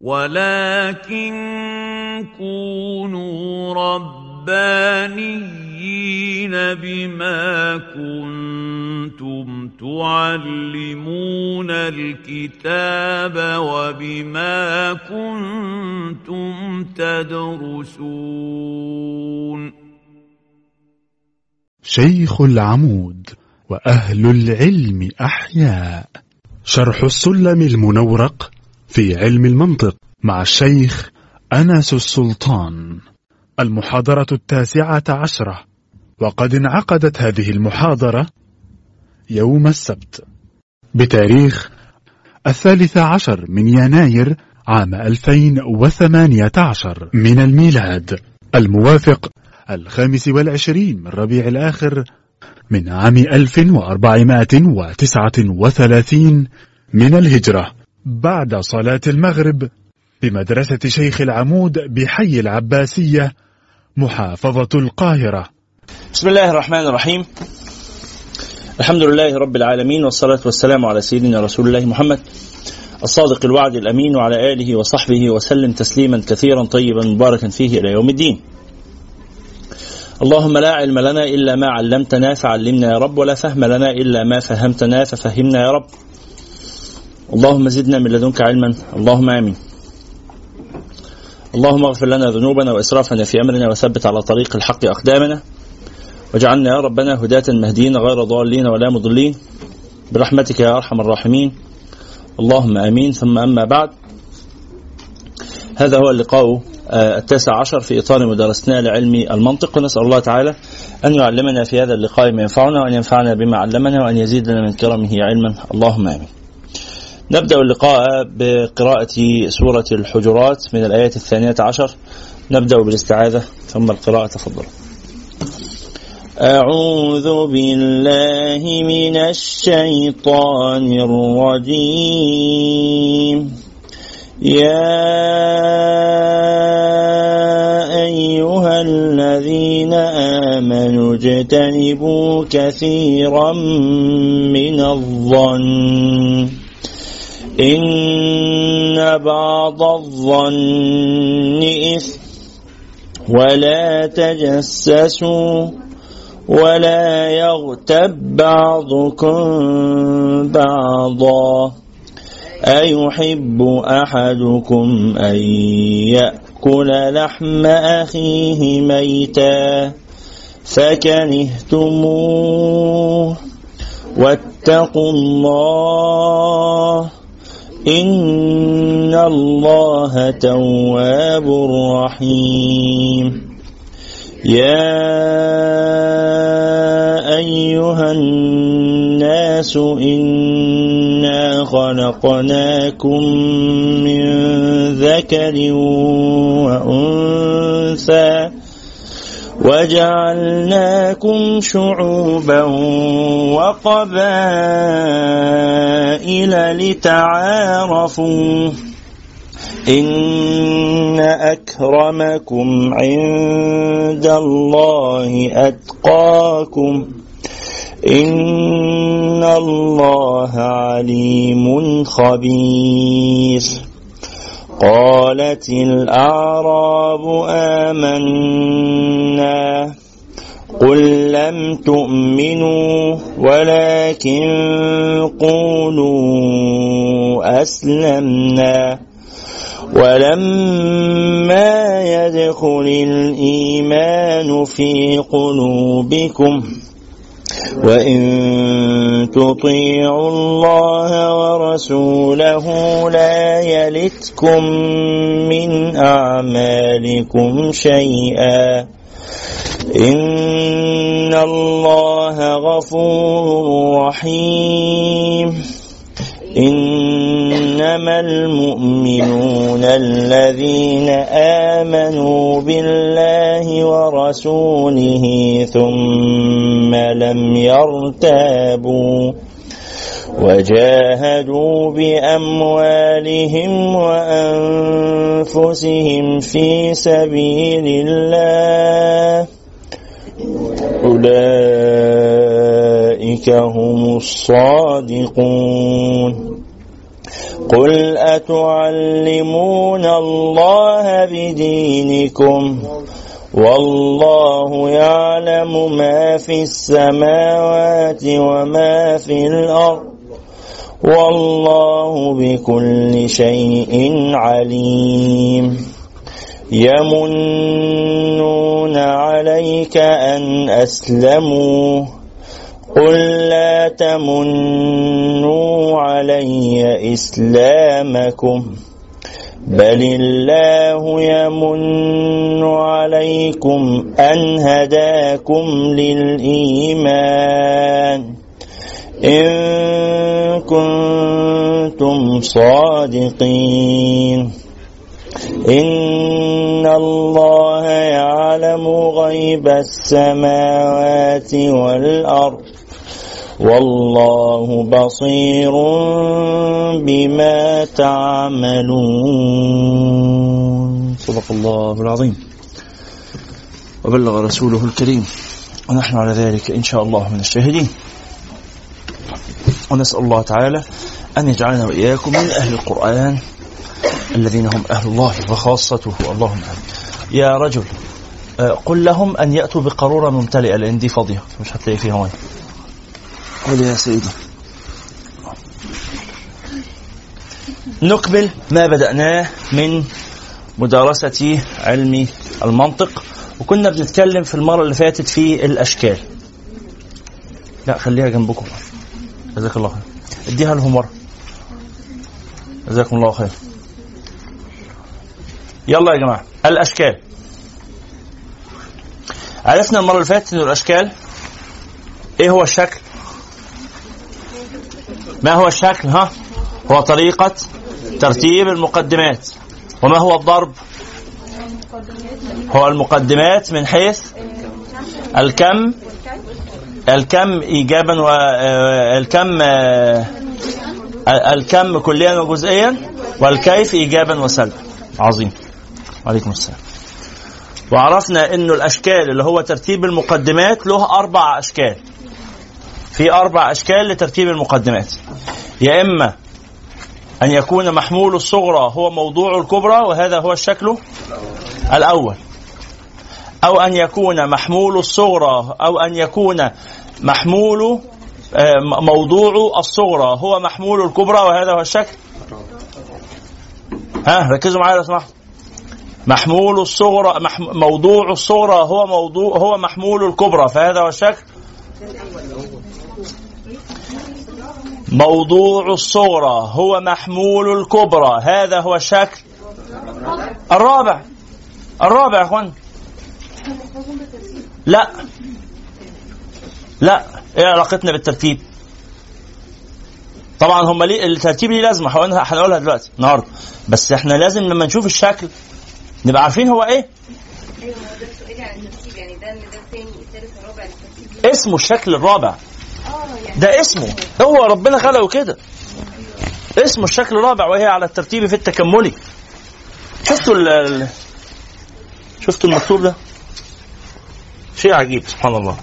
ولكن كونوا ربانيين بما كنتم تعلمون الكتاب وبما كنتم تدرسون. شيخ العمود وأهل العلم أحياء. شرح السلم المنورق في علم المنطق مع الشيخ أنس السلطان. المحاضرة 19، وقد انعقدت هذه المحاضرة يوم السبت بتاريخ 13 من يناير عام 2018 من الميلاد، الموافق 25 من ربيع الآخر من عام 1439 من الهجرة، بعد صلاة المغرب بمدرسة شيخ العمود بحي العباسية محافظة القاهرة. بسم الله الرحمن الرحيم. الحمد لله رب العالمين، والصلاة والسلام على سيدنا رسول الله محمد الصادق الوعد الأمين، وعلى آله وصحبه وسلم تسليما كثيرا طيبا مباركا فيه إلى يوم الدين. اللهم لا علم لنا إلا ما علمتنا فعلمنا يا رب، ولا فهم لنا إلا ما فهمتنا ففهمنا يا رب. اللهم زدنا من لدنك علما، اللهم آمين. اللهم اغفر لنا ذنوبنا وإسرافنا في أمرنا، وثبت على طريق الحق أقدامنا، واجعلنا يا ربنا هداة مهدين غير ضالين ولا مضلين برحمتك يا أرحم الراحمين، اللهم آمين. ثم أما بعد، هذا هو اللقاء 19 في إطار مدارستنا لعلم المنطق، ونسأل الله تعالى أن يعلمنا في هذا اللقاء ما ينفعنا، وأن ينفعنا بما علمنا، وأن يزيدنا من كرمه علما، اللهم آمين. نبدأ اللقاء بقراءة سورة الحجرات من الآية 12. نبدأ بالاستعاذة ثم القراءة، تفضل. أعوذ بالله من الشيطان الرجيم. يا أيها الذين آمنوا اجتنبوا كثيرا من الظن إن بعض الظن إثم، ولا تجسسوا ولا يغتب بعضكم بعضا، أيحب أحدكم أن يأكل لحم أخيه ميتا فكرهتموه، واتقوا الله إن الله تواب رحيم. يا أيها الناس إنا خلقناكم من ذكر وأنثى وجعلناكم شعوبا وقبائل لتعارفوا إن أكرمكم عند الله أتقاكم إن الله عليم خبير. قالت الأعراب آمنا قل لم تؤمنوا ولكن قولوا أسلمنا ولما يدخل الإيمان في قلوبكم وإن تطيعوا الله ورسوله لا يلتكم من أعمالكم شيئا إن الله غفور رحيم. إنما المؤمنون الذين آمنوا بالله ورسوله ثم لم يرتابوا وجاهدوا بأموالهم وأنفسهم في سبيل الله أولئك هم الصادقون. قل أتعلمون الله بدينكم والله يعلم ما في السماوات وما في الأرض والله بكل شيء عليم يمنون عليك أن أسلموا قل لا تمنوا علي إسلامكم بل الله يمن عليكم أن هداكم للإيمان إن كنتم صادقين إن الله يعلم غيب السماوات والأرض والله بصير بما تعملون. صدق الله العظيم وبلغ رسوله الكريم ونحن على ذلك إن شاء الله من الشاهدين، ونسأل الله تعالى أن يجعلنا وإياكم من أهل القرآن الذين هم أهل الله وخاصته. اللهم آمين. يا رجل قل لهم أن يأتوا بقارورة ممتلئة لأن دي فاضية مش هتلاقي فيها مية. قل يا سيدي. نكمل ما بدأناه من مدارسة علم المنطق، وكنا بنتكلم في المرة اللي فاتت في الأشكال. لا خليها جنبكم، جزاك الله خير. اديها لهم مرة، جزاكم الله خير. يلا يا جماعة الأشكال. عرفنا المرة اللي فاتت إن الأشكال إيه هو الشكل؟ ما هو الشكل؟ هو طريقة ترتيب المقدمات. وما هو الضرب؟ هو المقدمات من حيث الكم إيجابا الكم كليا وجزئيا، والكيف إيجابا وسلبا. عظيم. عليكم السلام. وعرفنا إنه الأشكال اللي هو ترتيب المقدمات له 4 أشكال. في 4 أشكال لترتيب المقدمات. يا إما أن يكون محمول الصغرى هو موضوع الكبرى وهذا هو الشكل الأول، أو أن يكون محمول الصغرى أو أن يكون محمول موضوع الصغرى هو محمول الكبرى وهذا هو الشكل. ركزوا معايا لو سمحتوا. محمول الصغرى موضوع الصغرى هو محمول الكبرى فهذا هو الشكل. موضوع الصغرى هو محمول الكبرى هذا هو الشكل الرابع يا اخوان. لا ايه علاقتنا بالترتيب؟ طبعا هم ليه الترتيب ليه لازمه هنقولها دلوقتي النهارده، بس احنا لازم لما نشوف الشكل نبقى عارفين هو ايه. اسمه الشكل الرابع ده، اسمه هو ربنا خلقه كده، اسمه الشكل الرابع وهي على الترتيب في التكملي. شفتوا المكتوب ده؟ شيء عجيب سبحان الله.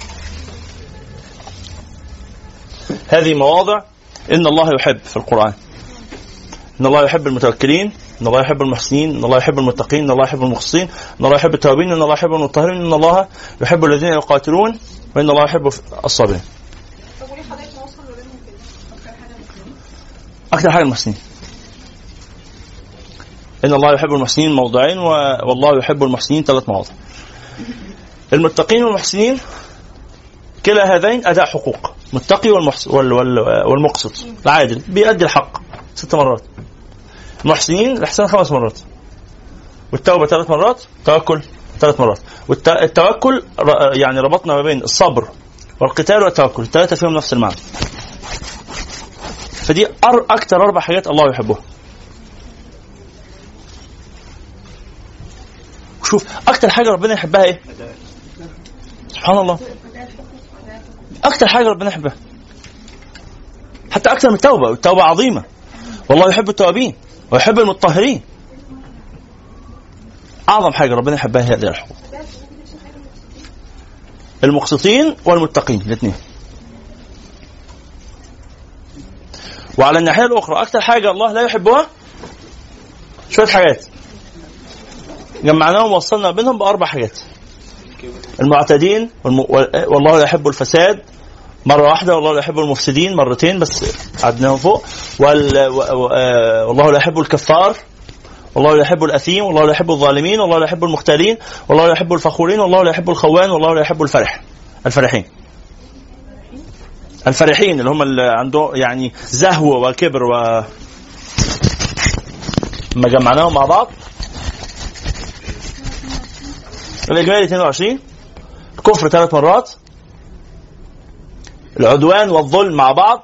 هذه مواضع إن الله يحب في القرآن. إن الله يحب المتوكلين، إن الله يحب المحسنين، إن الله يحب المتقين، إن الله يحب المخلصين، إن الله يحب التوابين، إن الله يحب المطهرين، إن الله يحب الذين يقاتلون، وإن الله يحب الصابرين. أكثر حاجة المحسنين. إن الله يحب المحسنين موضعين، والله يحب المحسنين 3 مواضع. المتقين والمحسنين كلا هذين أداء حقوق. متقي والمقسط العادل بيؤدي الحق 6 مرات. المحسنين الإحسان 5 مرات، والتوبة 3 مرات، التوكل 3 مرات. والتوكل يعني ربطنا ما بين الصبر والقتال والتوكل، 3 فيهم نفس المعنى. فدي أكثر 4 حاجات الله يحبها. شوف أكثر حاجة ربنا يحبها إيه؟ سبحان الله. أكثر حاجة ربنا يحبها حتى أكثر من التوبة، والتوبة عظيمة. والله يحب التوابين ويحب المطهرين. أعظم حاجة ربنا يحبها هي هذه الحقوق. المقسطين والمتقين الاثنين. وعلى الناحية الأخرى أكتر حاجة الله لا يحبها شوية حاجات جمعناهم ووصلنا بينهم بأربع حاجات: المعتدين، والله لا يحب الفساد مرة واحدة، والله لا يحب المفسدين مرتين بس عدناهم فوق، والله لا يحب الكفار، والله لا يحب الأثيم، والله لا يحب الظالمين، والله لا يحب المختالين، والله لا يحب الفخورين، والله لا يحب الخوان، والله لا يحب الفرحين اللي هم اللي عنده يعني زهو وكبر ما جمعناهم مع بعض الإجمالي 22. الكفر 3 مرات، العدوان والظلم مع بعض،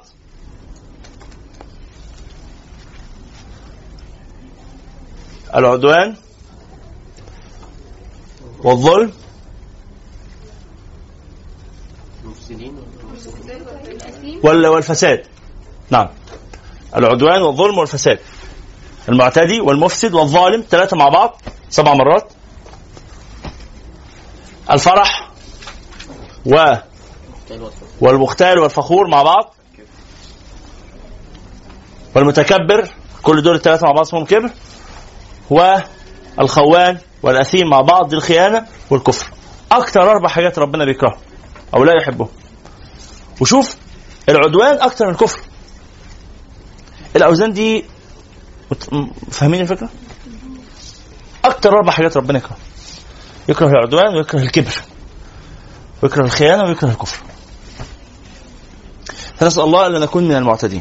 العدوان والظلم والفساد. نعم، العدوان والظلم والفساد، المعتدي والمفسد والظالم 3 مع بعض 7 مرات، الفرح والمختال والفخور مع بعض، والمتكبر، كل دول 3 مع بعض اسمهم كبر، والخوان والأثيم مع بعض دي الخيانة والكفر. أكتر 4 حاجات ربنا بيكرهها أو لا يحبه. وشوف العدوان أكتر من الكفر. الأوزان دي فاهمين الفكرة؟ أكتر 4 حاجات ربنا يكره. يكره العدوان ويكره الكبر ويكره الخيانة ويكره الكفر. فنسأل الله ألا نكون من المعتدين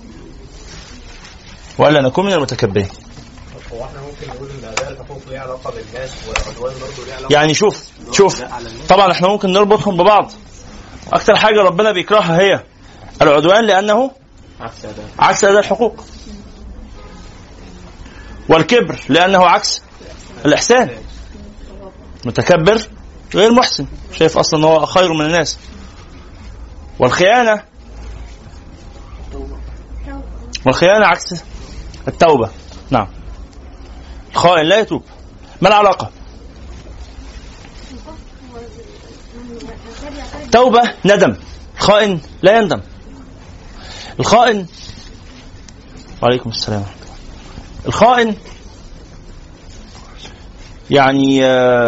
وألا نكون من المتكبرين. هو احنا ممكن نقول ان اداء الحقوق ليه علاقه بالناس والعدوان برضه ليه علاقه يعني شوف طبعا احنا ممكن نربطهم ببعض. اكتر حاجه ربنا بيكرهها هي العدوان لانه عكس اداء الحقوق، والكبر لانه عكس الاحسان، متكبر غير محسن شايف اصلا هو خير من الناس، والخيانه عكس التوبه. نعم، الخائن لا يتوب. ما العلاقة؟ توبة ندم، خائن لا يندم. الخائن وعليكم السلام، الخائن يعني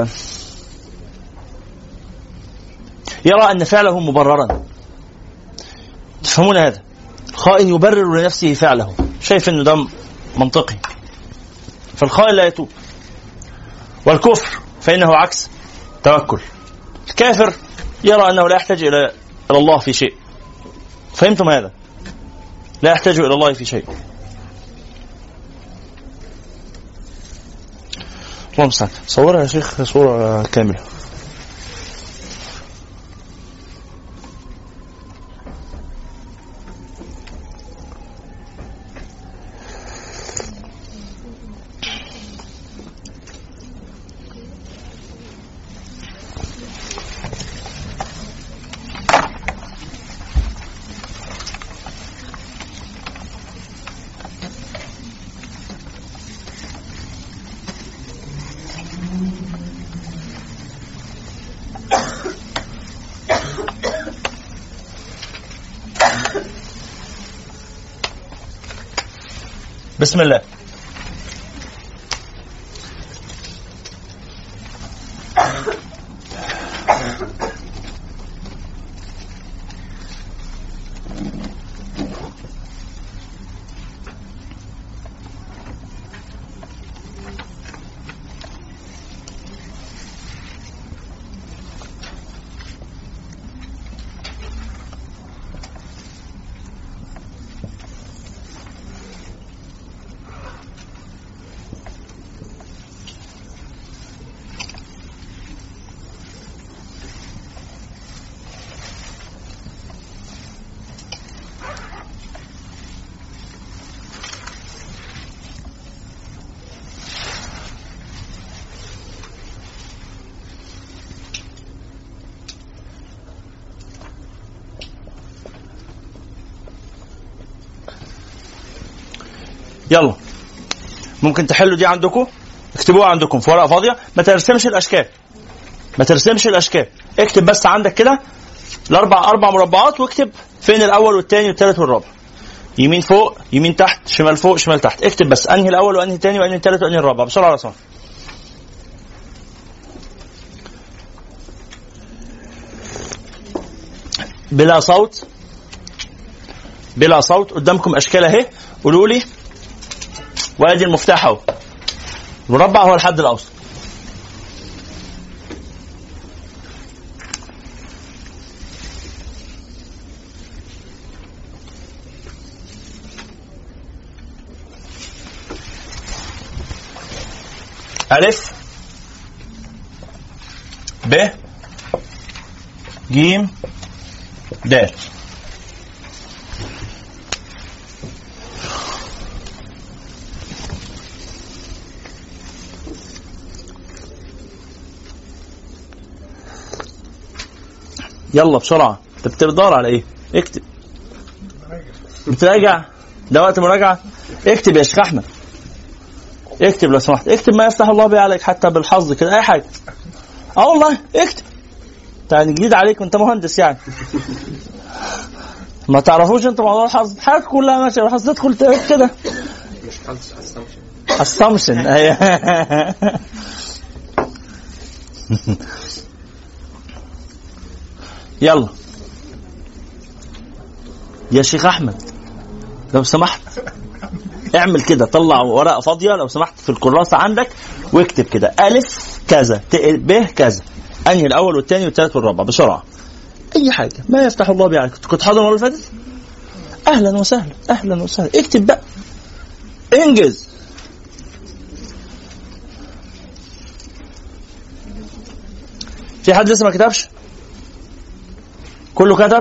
يرى أن فعله مبررا. تفهمون هذا؟ الخائن يبرر لنفسه فعله، شايف أنه ده منطقي، فالخائن لا يتوب. والكفر فإنه عكس توكل. الكافر يرى أنه لا يحتاج إلى الله في شيء. فهمتم هذا؟ لا يحتاج إلى الله في شيء. اللهم صل. صورها يا شيخ صورة كاملة. بسم الله. يلا ممكن تحلوا دي عندكم، اكتبوها عندكم في ورقه فاضيه، ما ترسمش الاشكال، اكتب بس عندك كده اربع مربعات، واكتب فين الاول والثاني والثالث والرابع. يمين فوق يمين تحت شمال فوق شمال تحت. اكتب بس انهي الاول وانهي الثاني وانهي الثالث وانهي الرابع بسرعه بسرعه. بلا صوت بلا صوت. قدامكم اشكال اهي قولوا لي. وادي المفتاح اهو. المربع هو الحد الاوسط. ألف ب جيم دال. يلا بسرعة. انت بتدور على ايه؟ اكتب. بتراجع؟ ده وقت مراجعة. اكتب يا شيخ احمد. اكتب لو سمحت. اكتب ما يفتح الله به عليك حتى بالحظ كده اي حاجة. والله اكتب. يعني جديد عليك وانت مهندس يعني. ما تعرفوش انت موضوع الحظ. حياتك كلها ماشية بالحظ. تدخل كده. مش assumption. يلا يا شيخ احمد لو سمحت اعمل كده. طلع ورقه فاضيه لو سمحت في الكراسه عندك واكتب كده الف كذا ب كذا. انهي الاول والثاني والثالث والرابع بسرعه. اي حاجه ما يفتح الله بيه عليك. كنت حاضر المره اللي فاتت. اهلا وسهلا اهلا وسهلا. اكتب بقى انجز. في حد لسه ما كتبش؟ كله كتب؟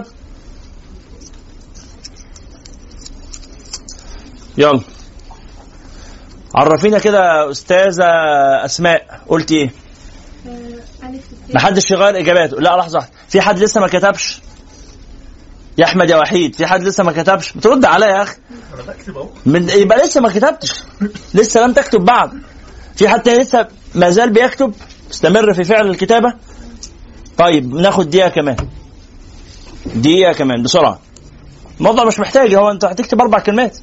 يلا عرفينا كده يا استاذه اسماء. قلت ايه؟ ما حدش يغير اجاباته. لا لحظه واحده. في حد لسه ما كتبش؟ يا احمد يا وحيد في حد لسه ما كتبش؟ بترد عليا يا اخي. انا بكتب اهو. يبقى لسه ما كتبتش. لسه لم تكتب بعد. في حد لسه ما زال بيكتب استمر في فعل الكتابه. طيب ناخد دقيقه كمان. دقيقه كمان بسرعه. الموضوع مش محتاج. هو انت هتكتب 4 كلمات.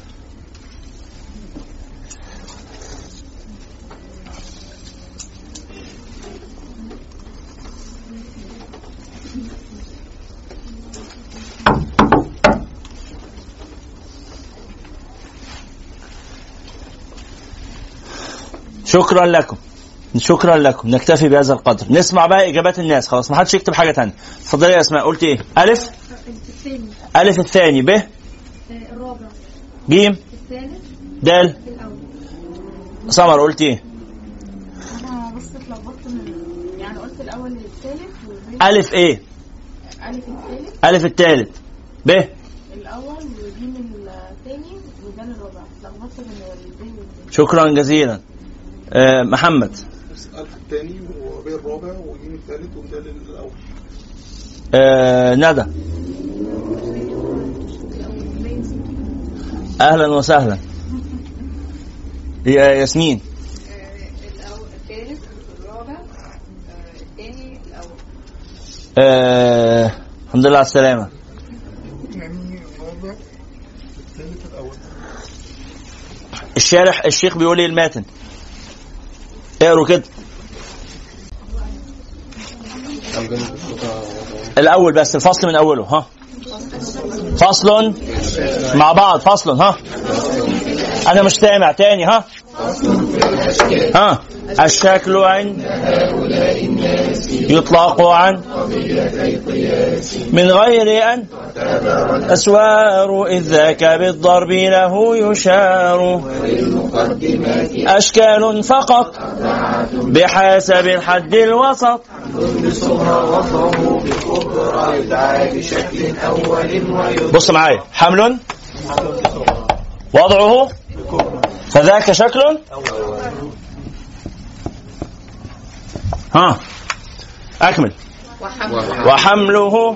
شكرا لكم. شكرا لكم. نكتفي بهذا القدر. نسمع بقى اجابات الناس. خلاص ما حدش يكتب حاجه ثانيه. اتفضلي يا اسماء. قلت ايه؟ الف الف الثاني ب الرابع جيم الثالث دال الاول. سمر قلت ايه؟ انا بس اتلخبطت يعني قلت الاول الثالث الف ايه؟ الف الثالث ب الاول وجيم الثاني ودال الرابع. اتلخبطت بين البين. شكرا جزيلا. محمد الف الثاني وب الرابع وجيم الثالث ودال الاول. ندى اهلا وسهلا. يا ياسمين الاول الثالث الرابع الثاني الاول. الحمد لله على السلامه. يعني الرابع الثالث الاول. الشارح الشيخ بيقول لي الماتن. اقروا كده الاول بس الفصل من اوله. ها فصل مع بعض. فصل. ها انا مش سامع تاني. ها الشكل عند يطلق عن من غير أن أسوار إذ ذاك بالضرب له يشار. أشكال فقط بحسب الحد الوسط. بص معايا. حمل وضعه فذاك شكل. أكمل. وحمله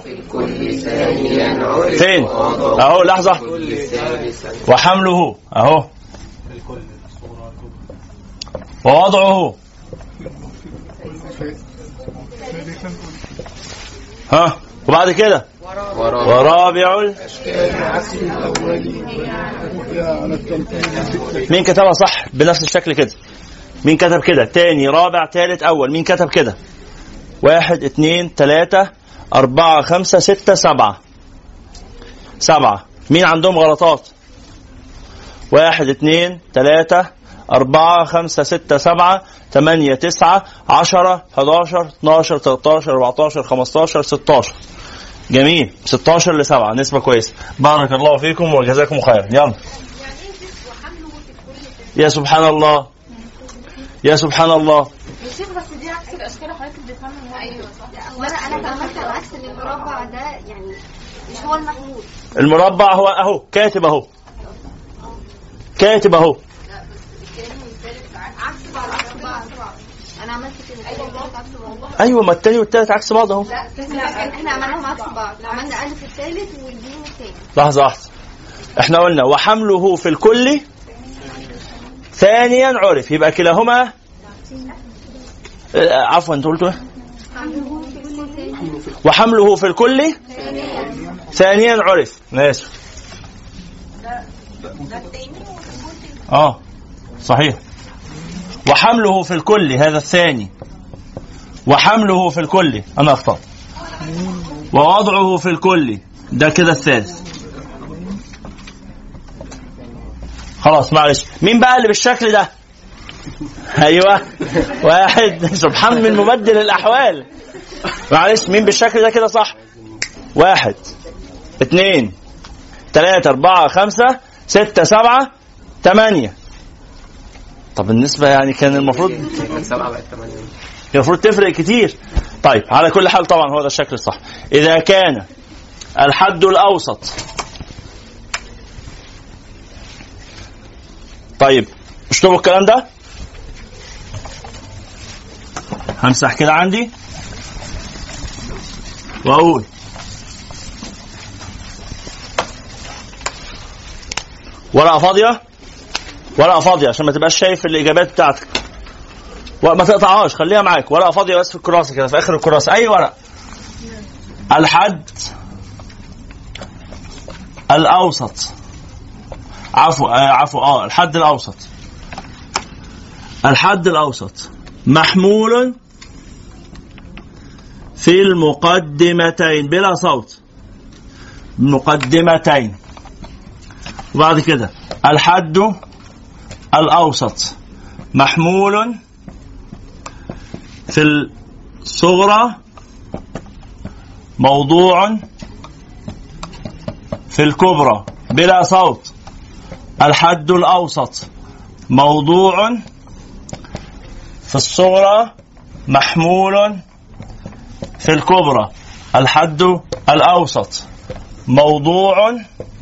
فين؟ أهو لحظة. وحمله أهو. ووضعه وبعد كده ورابع مين كتبها صح بنفس الشكل كده؟ مين كتب كده؟ تاني رابع تالت أول. مين كتب كده؟ 1 2 3 4 5 6 7. مين عندهم غلطات؟ 1 2 3 4 5 6 7 8 9 10 11 12 13 14 15 16. جميل. 16 ل7 نسبة كويسة. بارك الله فيكم وجزاكم خير. يلا. يا سبحان الله يا سبحان الله. الشيخ بس دي عكس الاشكال حضرتك بتفهمها. ايوه صح. انا فهمت العكس ان المربع ده يعني مش هو المحمود. المربع هو اهو كاتب اهو كاتب اهو. انا عملت كده. ايوه ما الثاني والثالث عكس بعض اهو. احنا عملناهم عكس بعض. عملنا الف الثالث والجيم الثاني. لحظه واحده. احنا قلنا وحمله في الكل ثانيا عرف. يبقى كلاهما عفوا انت قلت ايه؟ وحمله في الكل ثانيا عرف. ماشي. صحيح. وحمله في الكل هذا الثاني. وحمله في الكل انا اخطأت. ووضعه في الكل ده كده الثالث. خلاص معلش. مين بقى اللي بالشكل ده؟ ايوه واحد. سبحان من مبدل الاحوال. معلش مين بالشكل ده كده صح؟ 1 2 3 4 5 6 7 8. طب النسبة يعني كان المفروض 7 بقت 8. المفروض تفرق كتير. طيب على كل حال طبعا هو ده الشكل الصح. إذا كان الحد الأوسط. طيب اشتبوا الكلام ده. همسح كده عندي وأقول ورقة فاضية. ورقة فاضية عشان ما تبقاش شايف الإجابات بتاعتك. وما تقطعهاش خليها معاك. ورقة فاضية بس في الكراسة كده في آخر الكراسة. أي ورقة. الحد الأوسط. عفوا الحد الأوسط. الحد الأوسط محمول في المقدمتين بلا صوت. مقدمتين. وبعد كده الحد الأوسط محمول في الصغرى موضوع في الكبرى بلا صوت. الحد الأوسط موضوع في الصغرى محمول في الكبرى. الحد الأوسط موضوع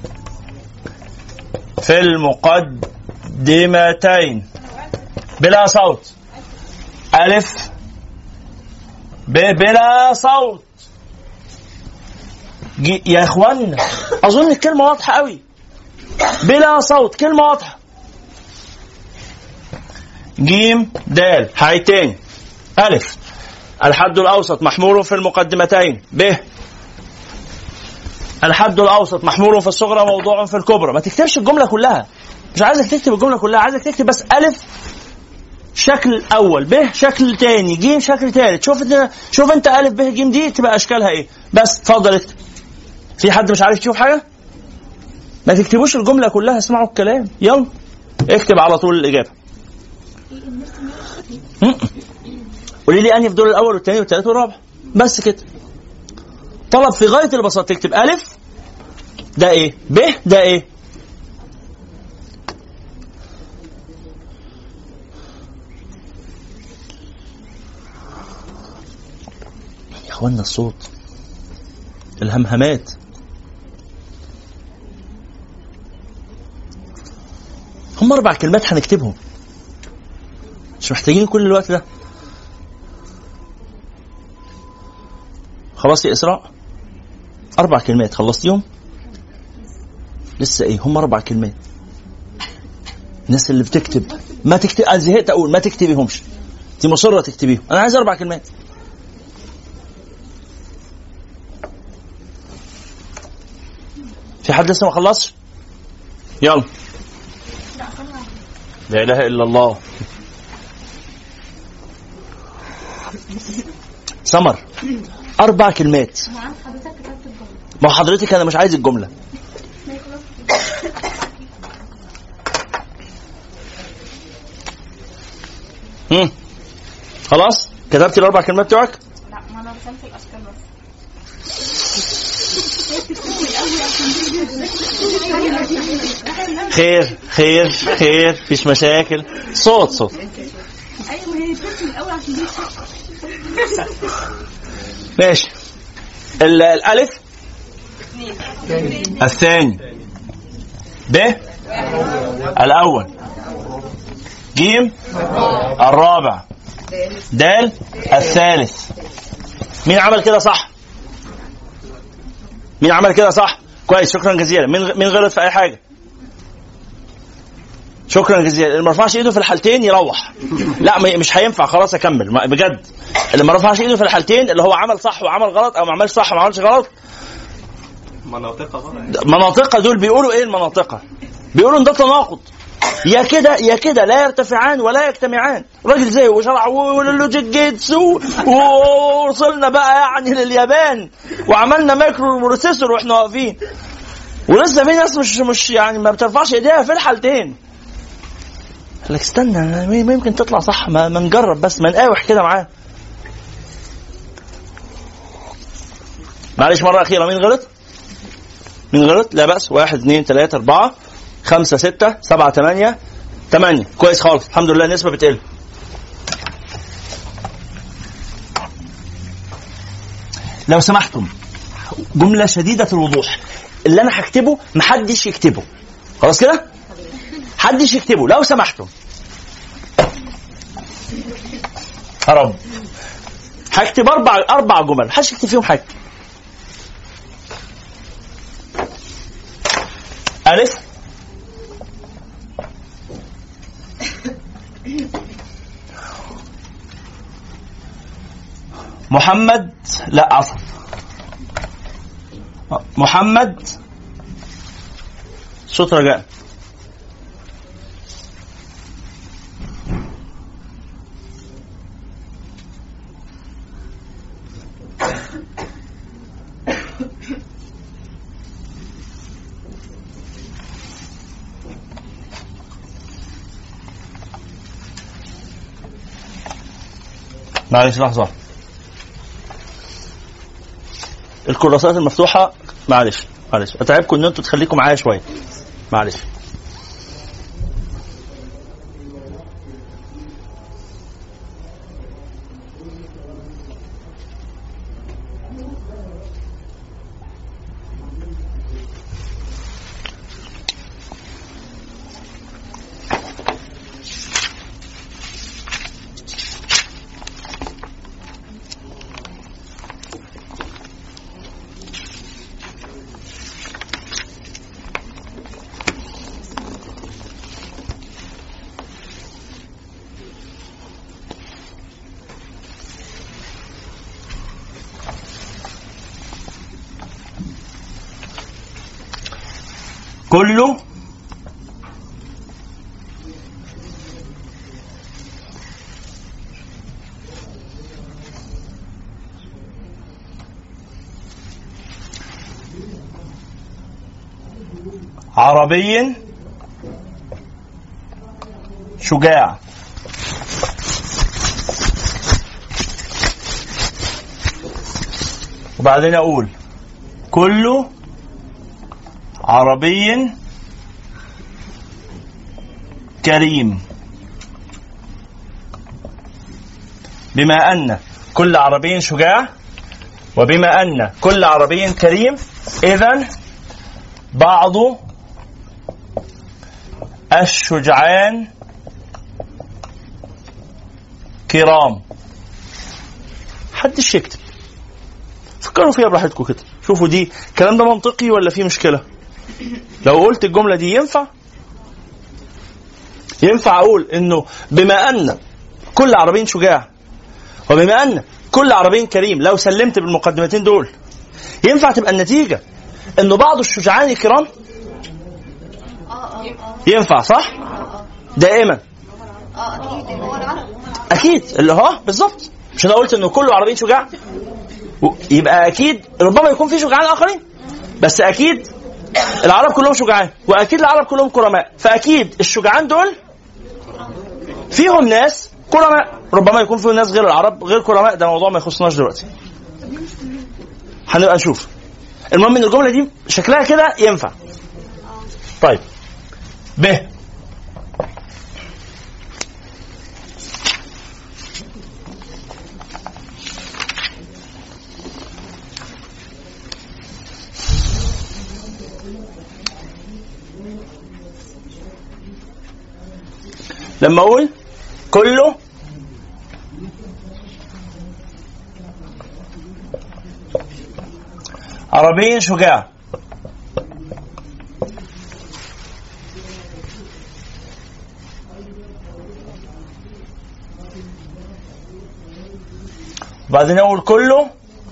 في المقدمتين بلا صوت. ألف بلا صوت. يا إخوانا أظن الكلمة واضحة قوي. بلا صوت كلمة واضحة. جيم دال حيتين. ألف الحد الأوسط محمول في المقدمتين. ب الحد الأوسط محمول في الصغرى موضوع في الكبرى. ما تكتبش الجملة كلها. مش عايزك تكتب الجملة كلها. عايزك تكتب بس ألف شكل أول، ب شكل تاني، جيم شكل تالت. شوف انت ألف ب جيم دي تبقى أشكالها ايه. بس تفضل اكتب. في حد مش عارف يشوف حاجة؟ ما تكتبوش الجملة كلها. اسمعوا الكلام. يلا اكتب على طول الإجابة. قولي لي أنهي في دول الأول والثاني والثالث والرابع. بس كده. طلب في غاية البساطة. تكتب ألف ده ايه، ب ده ايه. يا اخوانا الصوت الهمهمات. هم 4 كلمات هنكتبهم. مش محتاجين كل الوقت ده. خلاص يا إسراء 4 كلمات خلصتيهم. لسه ايه هم 4 كلمات. الناس اللي بتكتب ما تكتب. زهقت اقول ما تكتبيهمش. انت مصرة تكتبيهم. انا عايز 4 كلمات. في حد لسه ما خلصش؟ يلا. لا اله الا الله. سمر 4 كلمات. ما حضرتك انا مش عايز الجمله. خلاص كتبتي ال4 كلمات بتوعك؟ لا ما انا رسمت الاشكال بس. خير خير خير مفيش مشاكل. صوت ايوه هي بترسم الاول عشان دي ماشي. الالف الثاني، ب الاول، جيم الرابع، دال الثالث. مين عمل كده صح؟ مين عمل كده صح؟ كويس شكرا جزيلا. مين غلط في اي حاجه؟ شكرا جزيلا. اللي ما رفعش ايده في الحالتين يروح. لا مش هينفع خلاص اكمل بجد. اللي ما رفعش ايده في الحالتين اللي هو عمل صح وعمل غلط او ما عملش صح وما عملش غلط، مناطق دول بيقولوا ايه؟ المناطق بيقولوا ان ده تناقض، يا كده يا كده، لا يرتفعان ولا يجتمعان. راجل زي وشرع واللوجيك جيتس ووصلنا بقى يعني لليابان وعملنا مايكرو بروسيسور واحنا واقفين، ولسه في ناس مش يعني ما بترفعش ايديها في الحالتين. قال لك استنى يمكن تطلع صح، ما نجرب بس، ما نقاوح كده معاه. معلش مرة أخيرة، مين غلط؟ مين غلط؟ لا بأس. 1 2 3 4 5 6 7 8 8. كويس خالص الحمد لله، النسبة بتقل. لو سمحتم جملة شديدة الوضوح، اللي أنا هكتبه محدش يكتبه، خلاص كده؟ حدش يكتبه لو سمحتم. رب هكتب 4 جمل، محدش يكتب فيهم حاجة. ألف محمد، لا عفوا، محمد صوت رجاء. معلش لحظة، الكراسات المفتوحة معلش أتعبكم إن أنتوا تخليكم معايا شوية، معلش. كله عربي شجاع. وبعدين أقول كله عربي كريم. بما أن كل عربي شجاع وبما أن كل عربي كريم، إذن بعض الشجعان كرام. حدش يكتب، فكروا فيها براحتكم كده، شوفوا دي الكلام ده منطقي ولا فيه مشكلة. لو قلت الجملة دي ينفع أقول إنه بما أن كل عربي شجاع وبما أن كل عربي كريم، لو سلمت بالمقدمتين دول ينفع تبقى النتيجة انه بعض الشجعان الكرام ينفع صح دائما. اكيد هو العرب اكيد اللي هو بالظبط. مش انا قلت انه كله عربي شجاع؟ يبقى اكيد ربما يكون في شجعان اخرين، بس اكيد العرب كلهم شجعان، واكيد العرب كلهم كرماء، فاكيد الشجعان دول فيهم ناس كرماء، ربما يكون فيهم ناس غير العرب غير كرماء، ده موضوع ما يخصناش دلوقتي، هنبقى نشوف. المهم ان الجمله دي شكلها كده ينفع. طيب ب لما اقول كله عربي شجاع، وبعدين اقول كله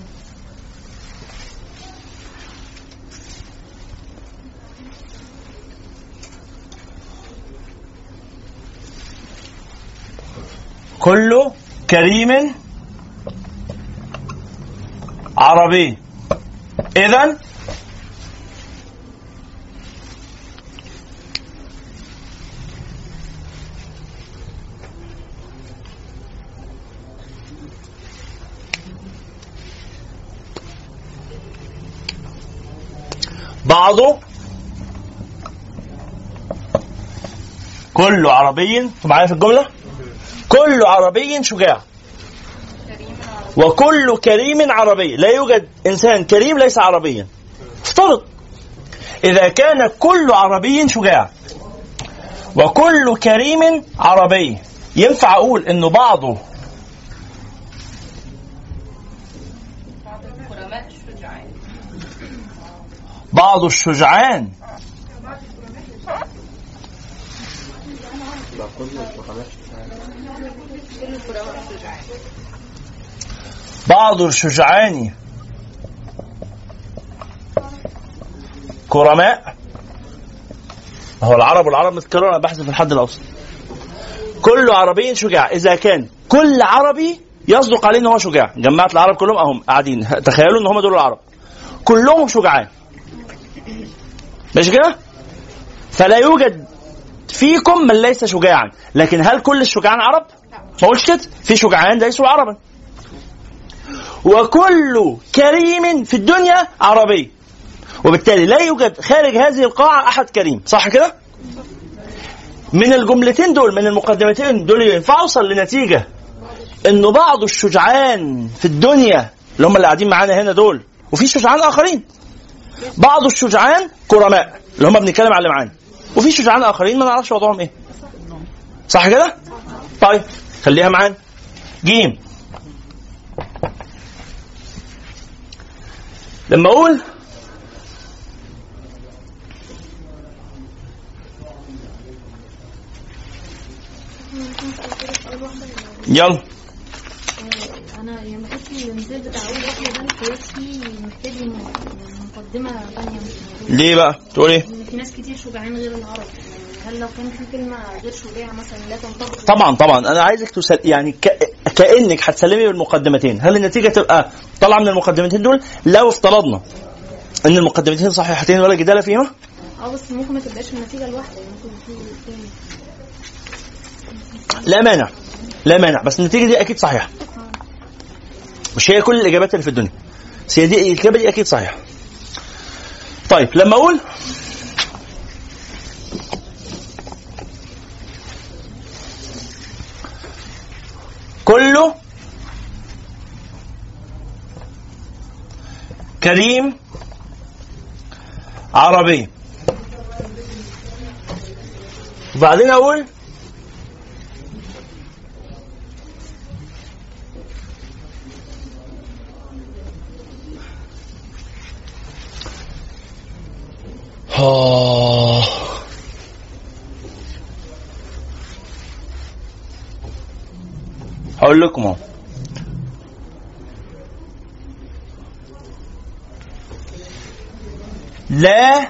كله كريم عربي. إذن بعضه كل عربي معايا في الجملة، كل عربي شجاع وكل كريم عربي. لا يوجد إنسان كريم ليس عربيا. افترض إذا كان كل عربي شجاع وكل كريم عربي، ينفع أقول إنه بعض الشجعان بعض الشجعان كرماء. هو العرب والعرب متكرر، انا بحث في الحد الاوسط. كل عربي شجاع، اذا كان كل عربي يصدق عليه ان هو شجاع. جماعه العرب كلهم اهم قاعدين، تخيلوا ان هم دول العرب كلهم شجعان، مش كده؟ فلا يوجد فيكم من ليس شجاعا. لكن هل كل الشجعان عرب؟ ما قلتش كده، في شجعان ليسوا عربا. وكل كريم في الدنيا عربي، وبالتالي لا يوجد خارج هذه القاعة أحد كريم، صح كده؟ من الجملتين دول، من المقدمتين دول، ينفع أوصل لنتيجة إنه بعض الشجعان في الدنيا اللي هم اللي قاعدين معانا هنا دول، وفي شجعان آخرين، بعض الشجعان كرماء اللي هم بنتكلم على اللي معانا، وفي شجعان آخرين ما نعرفش وضعهم إيه، صح كده؟ طيب خليها معانا. جيم، لما أقول يلا انا يعني بحس ان المثال بتاع اول واحده ده القياس فيه محتاج مقدمه ثانيه. ليه بقى تقول ايه؟ في ناس كتير شجعان غير العرب، هل لو كان في كلمه غير شجاع مثلا لا تنطبق؟ طبعا انا عايزك يعني كانك هتسلمي بالمقدمتين. هل النتيجه تبقى طالعه من المقدمتين دول لو افترضنا ان المقدمتين صحيحتين ولا جدال فيهما؟ بس ممكن ما تبقاش النتيجه الواحده، ممكن في لا مانع، بس النتيجه دي اكيد صحيحه، مش هي كل الاجابات اللي في الدنيا، بس هي دي الاجابه دي اكيد صحيحه. طيب لما اقول كله كريم عربي، وبعدين اقول هقول لكم اهو لا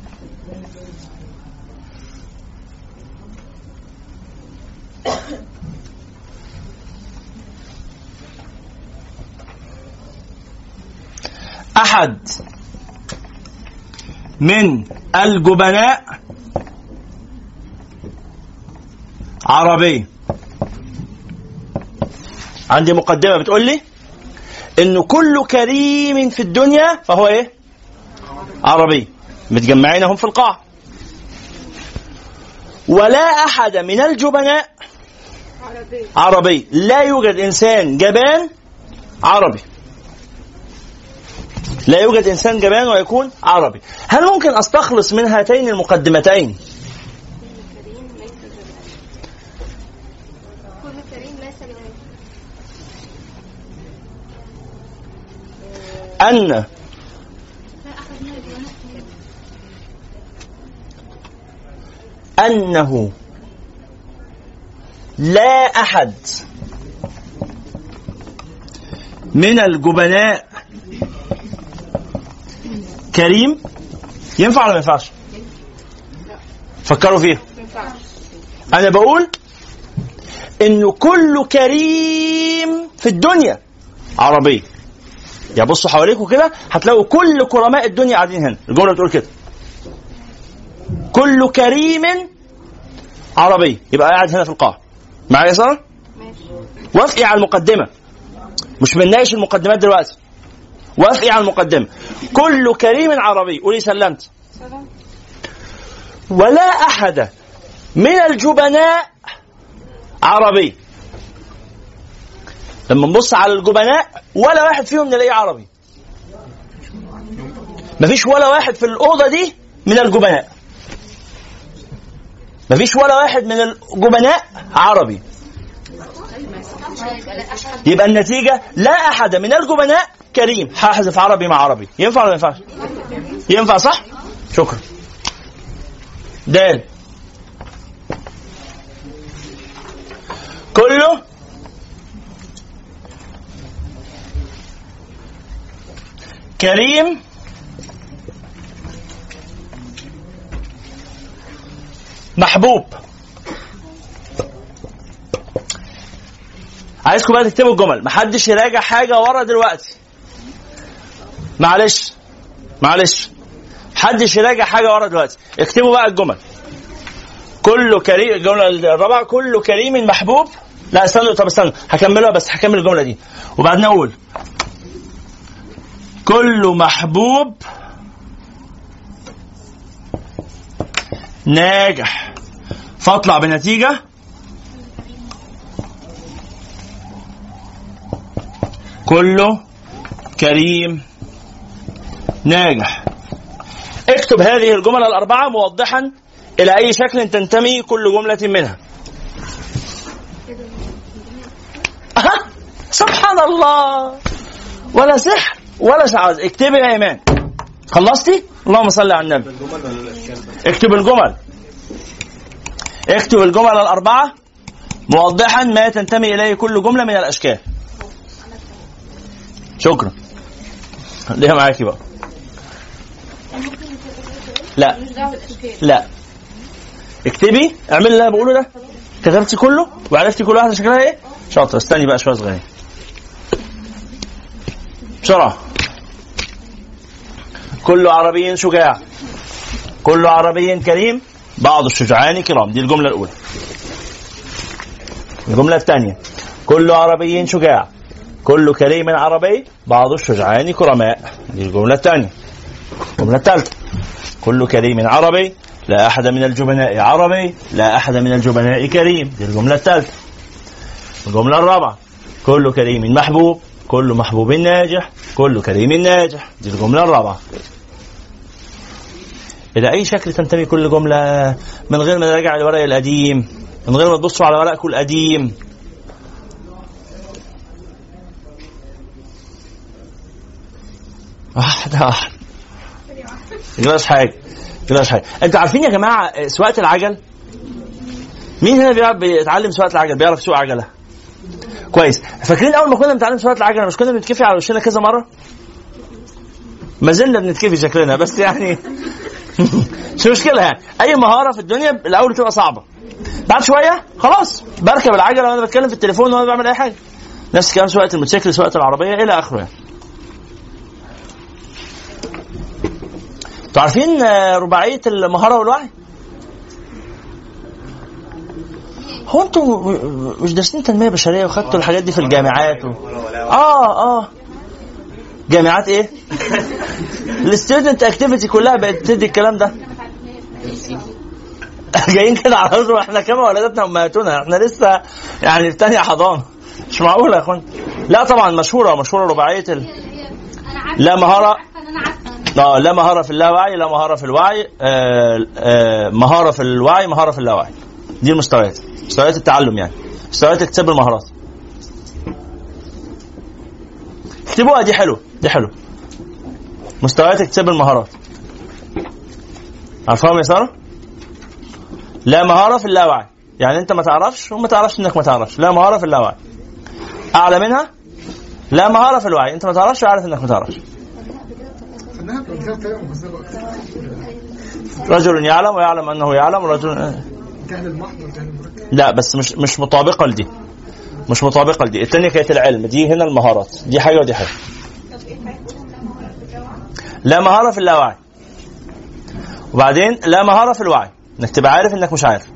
أحد من الجبناء عربي. عندي مقدمة بتقول لي إنه كل كريم في الدنيا فهو إيه؟ عربي. متجمعينهم في القاعة. ولا أحد من الجبناء عربي. لا يوجد إنسان جبان عربي. لا يوجد إنسان جبان ويكون عربي. هل ممكن أستخلص من هاتين المقدمتين أنه لا أحد من الجبناء كريم؟ ينفع ولا ما ينفعش؟ فكروا فيه. أنا بقول إنه كل كريم في الدنيا عربي. يا بصوا حواليكم كده هتلاقوا كل كرماء الدنيا قاعدين هنا. الجملة بتقول كده كل كريم عربي. يبقى قاعد هنا في القاعة معايا صار؟ وافقي على المقدمة. مش بنناقش المقدمات دلوقتي. وافقي على المقدمة. كل كريم عربي. قولي سلمت. ولا أحد من الجبناء عربي. لما نبص على الجبناء ولا واحد فيهم نلاقيه عربي. مفيش ولا واحد في الأوضة دي من الجبناء. مفيش ولا واحد من الجبناء عربي. يبقى النتيجة لا أحد من الجبناء كريم. هحذف عربي مع عربي. ينفع ولا ما ينفعش؟ ينفع صح؟ شكرا. دال كله كريم محبوب. عايزكم بقى تكتبوا الجمل. محدش يراجع حاجة ورا دلوقتي. معلش محدش يراجع حاجة ورا دلوقتي. اكتبوا بقى الجمل. كل كريم. الجملة الرابعة كل كريم محبوب. لا استنوا. طب استنوا هكملها بس هكمل الجملة دي وبعدين أقول كل محبوب ناجح. فاطلع بنتيجة كله كريم ناجح. اكتب هذه الجمل الأربعة موضحا إلى أي شكل تنتمي كل جملة منها. سبحان الله. ولا سحر ولا شعوذة. اكتبي يا إيمان. خلصتي؟ اللهم صل على النبي. اكتب الجمل. اكتب الجمل الأربعة موضحا ما تنتمي إليه كل جملة من الأشكال. شكرا. ليها معاكي بقى. لا اكتبي. اعملي اللي انا بقوله ده. كتبتي كله وعرفتي كل واحده شكلها ايه. شاطر. استني بقى شويه صغيرين بسرعه. كل عربي شجاع. كل عربي كريم. بعض الشجعان كرام. دي الجمله الاولى. الجمله الثانيه كل عربي شجاع. كل كريم عربي. بعض الشجعان كرماء. دي الجمله الثانيه. الجمله الثالثه كل كريم عربي. لا أحد من الجبناء عربي. لا أحد من الجبناء كريم. دي الجملة الثالثة. الجملة الرابعة كل كريم محبوب. كل محبوب ناجح. كل كريم ناجح. دي الجملة الرابعة. إلى أي شكل تنتمي كل جملة من غير ما نراجع الورق القديم. من غير ما تبصوا على ورقكم القديم. واحدة يجلاش حاجة. انتوا عارفين يا جماعة سواقة العجل؟ مين هنا بيتعلم سواقة العجل؟ بيعرف يسوق عجلة كويس؟ فاكرين اول ما كنا بنتعلم سواقة العجلة مش كنا بنتكفي على وشنا كذا مرة؟ ما زلنا بنتكفي شكلنا بس يعني شو مشكلة يعني. أي مهارة في الدنيا الأول تبقى صعبة، بعد شوية خلاص بركب العجلة وأنا بتكلم في التليفون وأنا بعمل أي حاجة. نفس الكلام سواقة الموتوسيكل، سواقة العربية إلى آخره يعني. تعرفين رباعية المهارة والوعي؟ هو انتوا مش دارسين تنمية بشرية وخدتوا الحاجات دي في الجامعات جامعات ايه؟ الستودنت اكتيفيتي كلها بقت تدي الكلام ده. جايين كده على راسه احنا كما ولدتنا امهاتنا، احنا لسه يعني في تانية حضانة. مش معقول يا اخوان. لا طبعا مشهورة رباعية لا مهارة. لا مهارة في اللاوعي، لا مهارة في الوعي، مهارة في الوعي، مهارة في اللاوعي. دي المستويات، مستويات التعلم يعني، مستويات اكتساب المهارات. اكتبوها دي حلو، دي حلو. مستويات اكتساب المهارات عارفهم يا سارة؟ لا مهارة في اللاوعي يعني انت ما تعرفش وما تعرفش انك ما تعرفش. لا مهارة في اللاوعي. اعلى منها لا مهارة في الوعي، انت ما تعرفش وعارف انك ما تعرفش. رجل يعلم ويعلم انه يعلم، رجل لا بس مش مطابقة لدي، مش مطابقة لدي. الثانية كانت العلم، دي هنا المهارات، دي حاجة ودي حاجة. لا مهارة في اللاوعي، وبعدين لا مهارة في الوعي انك تبقى عارف انك مش عارف،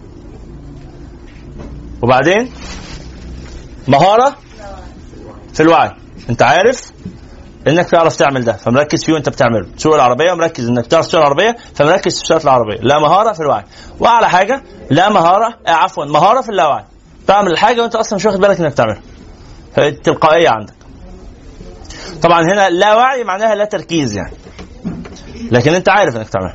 وبعدين مهارة في الوعي انت عارف انك تعرف تعمل ده فمركز فيه وانت بتعمله. تسوق العربية مركز انك تعرف تسوق العربية فمركز في سواقة العربية. لا مهارة في الوعي. واعلى حاجة لا مهارة مهارة في اللاوعي، تعمل الحاجة وانت اصلا مش واخد بالك انك تعملها، فالتلقائية عندك. طبعا هنا لا وعي معناها لا تركيز يعني، لكن انت عارف انك تعملها.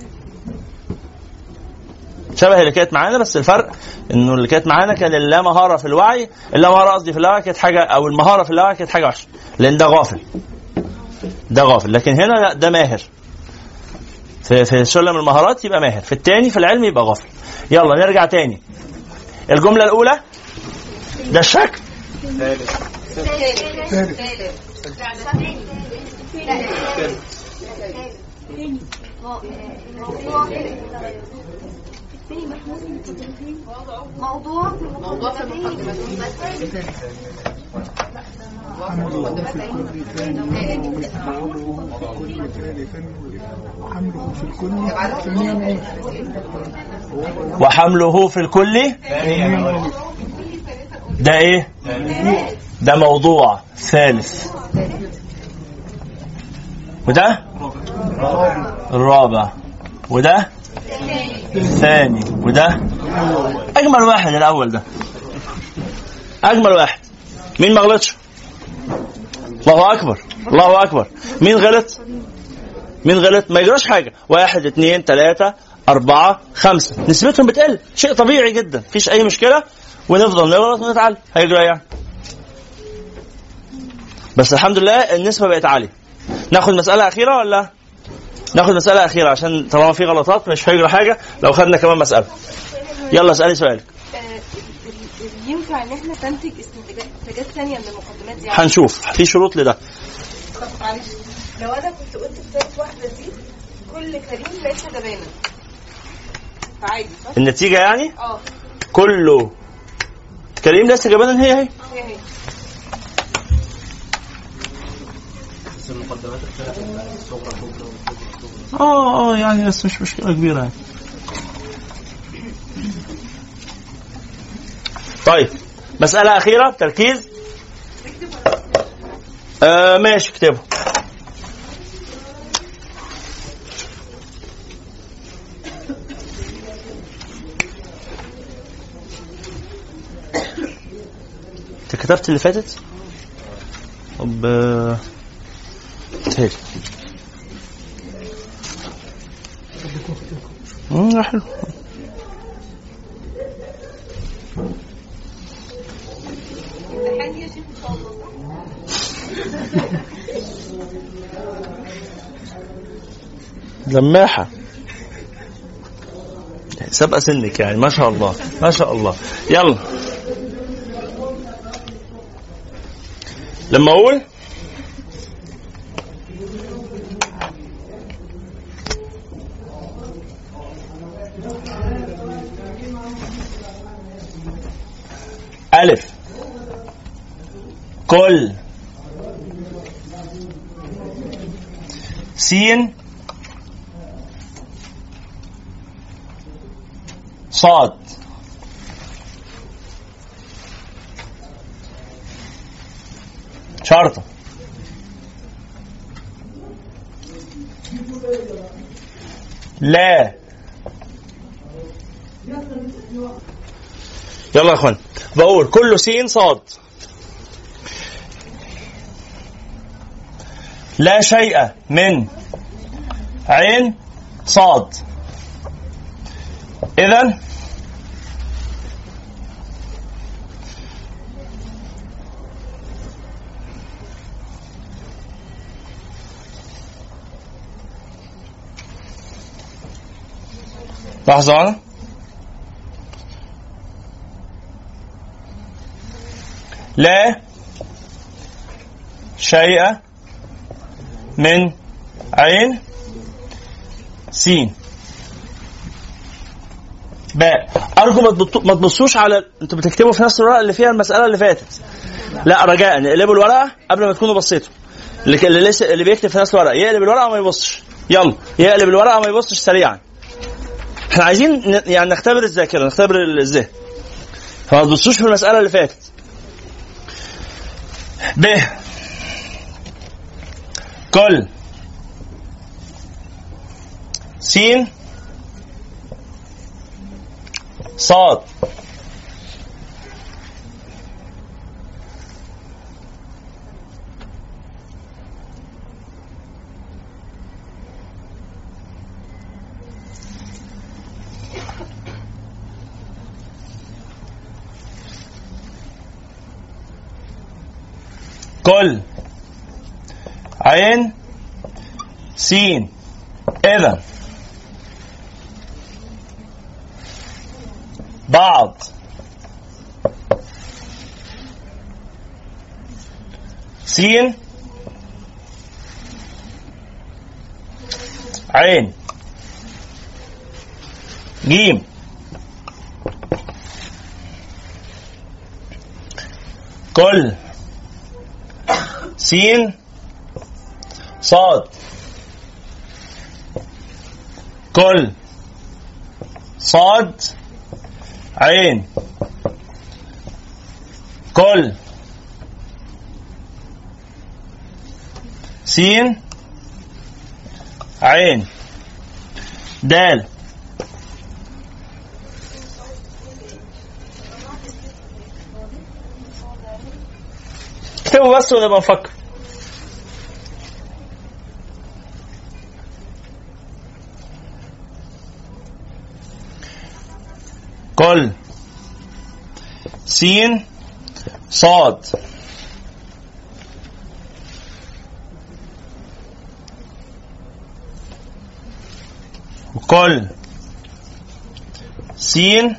شبه اللي كانت معانا، بس الفرق انه اللي كانت معانا كان اللا مهارة في الوعي، اللا مهارة قصدي في اللاوعي كانت حاجة، او المهارة في اللاوعي كانت حاجة وحشة لان ده غافل، ده غافل. لكن هنا لا، ده ماهر. في سلم المهارات يبقى ماهر، في التاني في العلم يبقى غافل. يلا نرجع تاني. الجملة الأولى ده الشكل. موضوع وحمله في الكل ده ايه؟ ده موضوع ثالث، وده الرابع، وده الثاني، وده اجمل واحد. الاول ده اجمل واحد. مين ما غلطش؟ الله اكبر، الله اكبر. مين غلط؟ مين غلط؟ ما يجراش حاجه. 1 2 3 4 5 نسبتهم بتقل، شيء طبيعي جدا، مفيش اي مشكله، ونفضل نغلط ونتعلم. هيجرى يعني، بس الحمد لله النسبه بقت عاليه. ناخد مساله اخيره ولا ناخد مساله اخيره؟ عشان طالما في غلطات مش هيجرى حاجه لو خدنا كمان مساله. يلا اسالي سؤالك. ينفع ان احنا نستنتج استنتاجات ثانيه من المقدمات دي؟ هنشوف في شروط لده. طب معلش، لو انا كنت قلت في ثالث واحده دي كل كريم ليس جبانا، فعادي صح؟ النتيجه يعني كله كريم ليس جبانا. هي المقدمات يعني بس مش مشكله كبيره يعني. طيب مسألة أخيرة بتركيز. ماشي اكتبه. انت كتبت اللي فاتت؟ طب تهيل حلو. لماحة سبق سنك يعني، ما شاء الله ما شاء الله. يلا لما أقول ألف كل سين صاد شرطة. لا يلا يا اخوان، بقول كله سين صاد. لا شيء من عين صاد. إذن لحظة، لا شيء من عين سين باء. أرجو ما تبصوش على انتوا بتكتبوا في نفس الورقة اللي فيها المسألة اللي فاتت. لا رجاء اقلبوا الورقة قبل ما تكونوا بصيتوا. اللي بيكتب في نفس الورقة يقلب الورقة وما يبصش. يلا يقلب الورقة وما يبصش سريعا. احنا عايزين يعني نختبر الذاكرة، نختبر الذهن، فما تبصوش في المسألة اللي فاتت. ب كل سين صاد كل عين سين. إذن بعض سين عين جيم كل سين صاد كل صاد عين كل سين عين دال. اكتبوا بس ونبقى نفكر. كل سين صاد وكل سين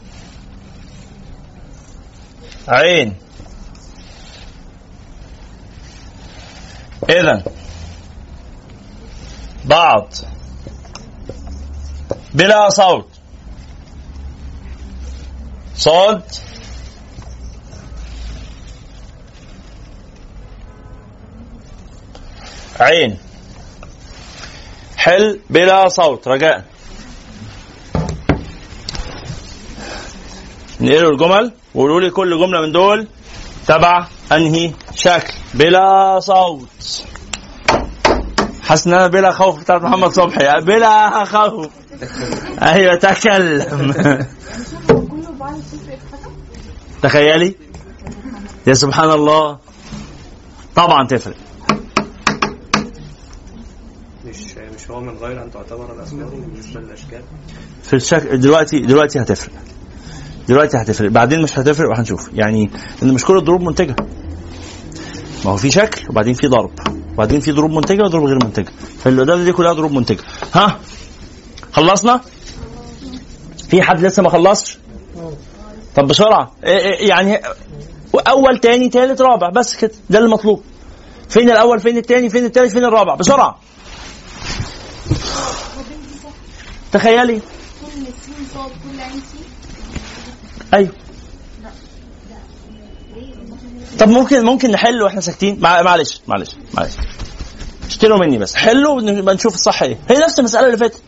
عين. إذن بعض بلا صوت صاد عين. حل بلا صوت رجاء. نقروا الجمل وقولوا لي كل جملة من دول تبع انهي شكل. بلا صوت. حاسس ان انا بلا خوف بتاعت محمد صبحي. بلا خوف. ايوه تكلم. تخيلي يا سبحان الله. طبعا تفرق. مش هو من غير ان تعتبر الاسماء بالنسبه للاشكال في الشكل. دلوقتي هتفرق بعدين مش هتفرق وهنشوف. يعني ان مش كل الضروب منتجه. ما هو في شكل وبعدين في ضرب وبعدين في ضروب منتجه وضروب غير منتجه. فاللي قدام دي كلها ضروب منتجه. ها خلصنا؟ في حد لسه ما خلصش؟ طب بسرعه. يعني اول تاني تالت رابع بس كده. ده اللي مطلوب. فين الاول فين التاني فين التالت فين الرابع؟ بسرعه. تخيلي كل سين صاد كل عين سين. ايوه طب ممكن نحل واحنا ساكتين؟ معلش اشتروا مني بس، حلوا ونبقى نشوف الصح ايه. هي نفس المساله اللي فاتت.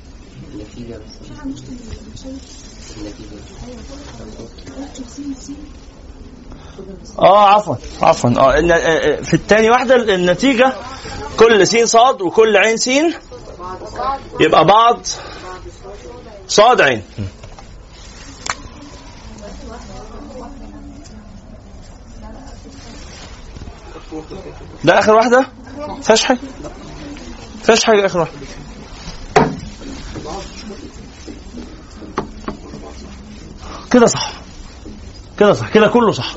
عفوا في الثاني واحده النتيجه كل س صاد وكل عين س يبقى بعض صاد عين. ده اخر واحده فيهاش حاجه اخر واحده. كده صح كده كله صح.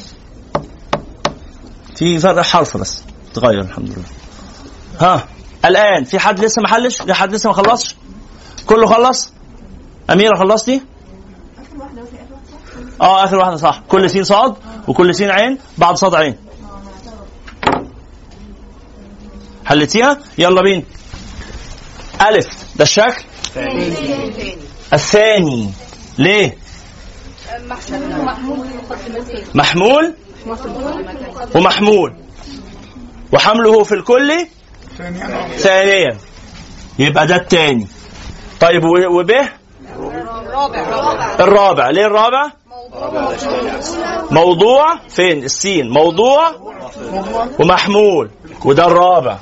في فرق حرف بس تغير الحمد لله. الان في حد لسه ما حلش؟ في حد لسه ما خلصش؟ كله خلص؟ أميرة خلصتي؟ اخر واحده صح. كل س صاد وكل س عين بعد صاد عين. حلتيها؟ يلا بينا. ألف ده الشكل الثاني. ليه؟ محمول ومحمول وحمله في الكل ثانيا، يبقى ده الثاني. طيب وبه الرابع. ليه الرابع؟ موضوع فين؟ السين موضوع ومحمول، وده الرابع.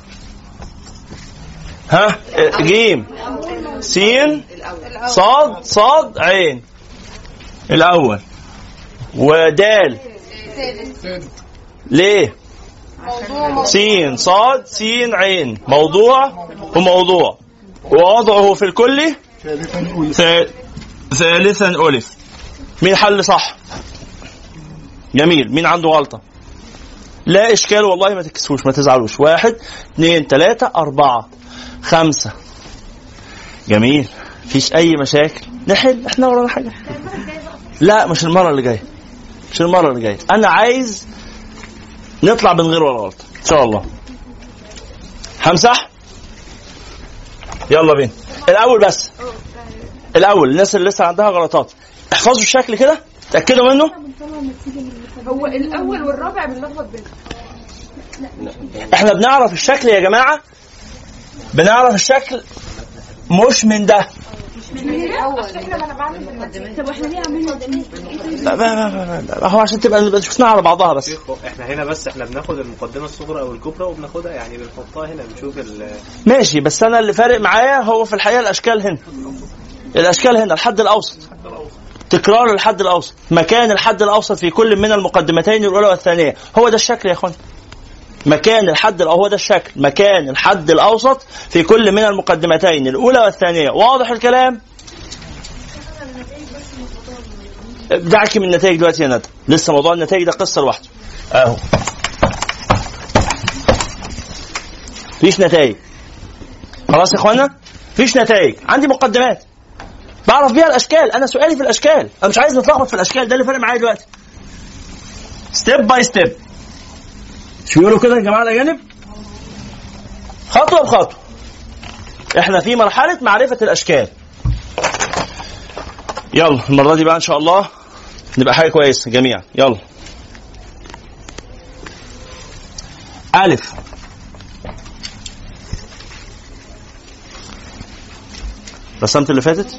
جيم سين صاد عين الأول، ودال ليه؟ سين صاد سين عين موضوع وموضوع، ووضعه في الكل ثالثا ألف. مين حل صح؟ جميل. مين عنده غلطة؟ لا إشكال والله، ما تكسوش ما تزعلوش. 1 2 3 4 5. جميل فيش أي مشاكل. نحل احنا ورانا حاجة؟ لا مش المرة اللي جاية. أنا عايز نطلع من غير ولا غلطة إن شاء الله. همسح. يلا بينا. الأول الناس اللي لسه عندها غلطات احفظوا الشكل كده، تأكدوا منه. هو الأول والرابع بنلخبط بينهم. احنا بنعرف الشكل يا جماعة، بنعرف الشكل مش من ده. طب احنا ليه عاملين لا هو عشان تبقى شفناها على بعضها بس. احنا هنا بس احنا بناخد المقدمة الصغرى او الكبرى وبناخدها يعني بنحطها هنا بنشوف ماشي. بس انا اللي فارق معايا هو في الحقيقة الاشكال هنا الحد الاوسط، تكرار الحد الاوسط، مكان الحد الاوسط في كل من المقدمتين الاولى والثانية. هو ده الشكل يا اخوان. هو ده الشكل، مكان الحد الاوسط في كل من المقدمتين الاولى والثانية. واضح الكلام؟ دعك من النتائج دلوقتي يا ندى، لسه موضوع النتائج ده قصة لوحده. اهو فيش نتائج خلاص يا اخوانا، فيش نتائج. عندي مقدمات بعرف بيها الاشكال. انا سؤالي في الاشكال، انا مش عايز نتلخبط في الاشكال، ده اللي فارق معايا دلوقتي. ستيب باي ستيب. شو يقولوا كده يا جماعه الاجانب؟ خطوه بخطوه. احنا في مرحله معرفه الاشكال. يلا المره دي بقى ان شاء الله نبقى حاجه كويسه جميعا. يلا ألف. رسمت اللي فاتت؟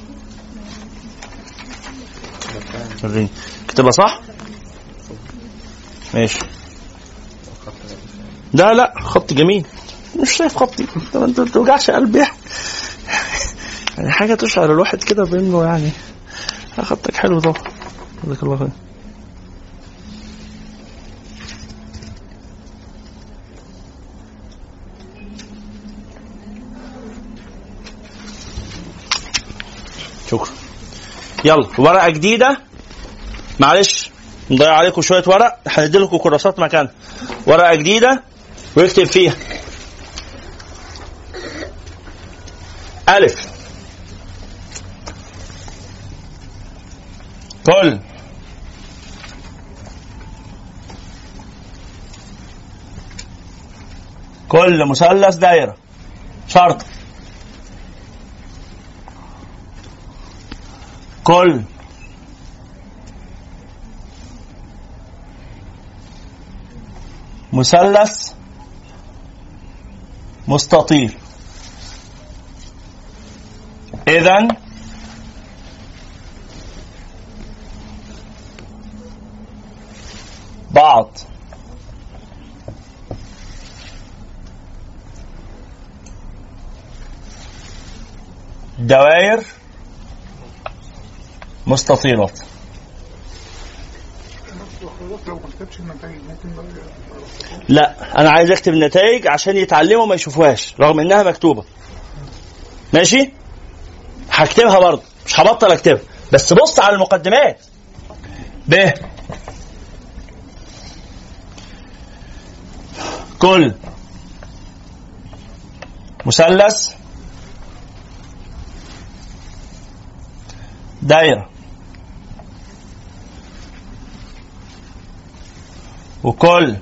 كتبها صح؟ ماشي. لا خط جميل، مش شايف خطي. انت ما توجعش قلبي يعني حاجه تشعر الواحد كده بانه يعني خطك حلو طبعا. جزاك الله خير. شكرا. يلا ورقه جديده، معلش نضيع عليكم شويه ورق، هندي لكم كراسات مكان. ورقه جديده ويكتب فيها ألف. كل مثلث دايرة شرط. كل مثلث مستطيل. إذن بعض دوائر مستطيلات. لا انا عايز اكتب النتائج عشان يتعلموا ما يشوفوهاش رغم انها مكتوبة. ماشي هكتبها برضه مش هبطل اكتبها بس بص على المقدمات. ب كل مثلث دايرة وكل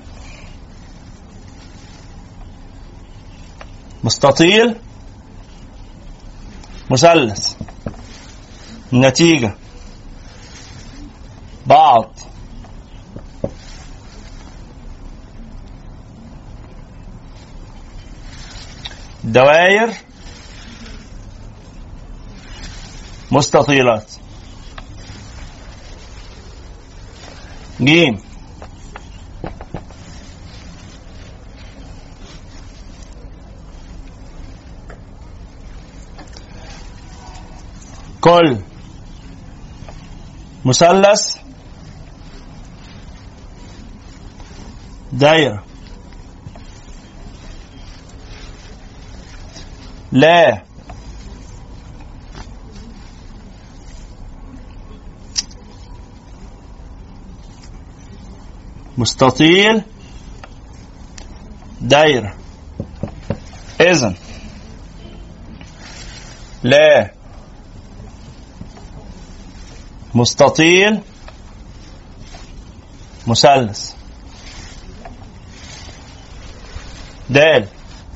مستطيل مثلث. النتيجة بعض دوائر مستطيلات. جيم كل مثلث دايرة لا مستطيل دايرة. إذن لا مستطيل مثلث. دال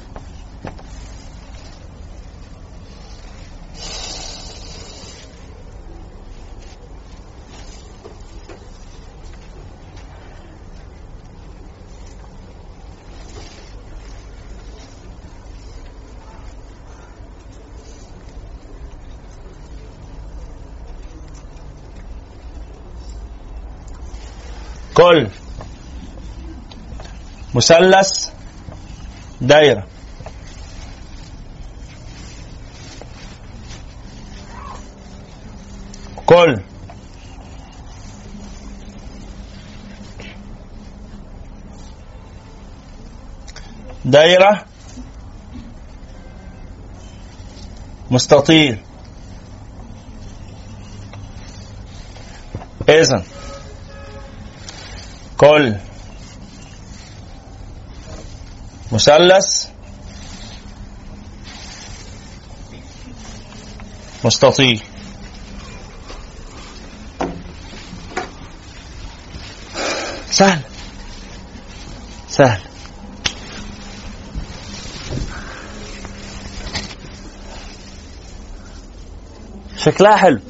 كل مثلث دايرة كل دايرة مستطيل. إذن كل مثلث مستطيل. سهل سهل. شكلها حلو.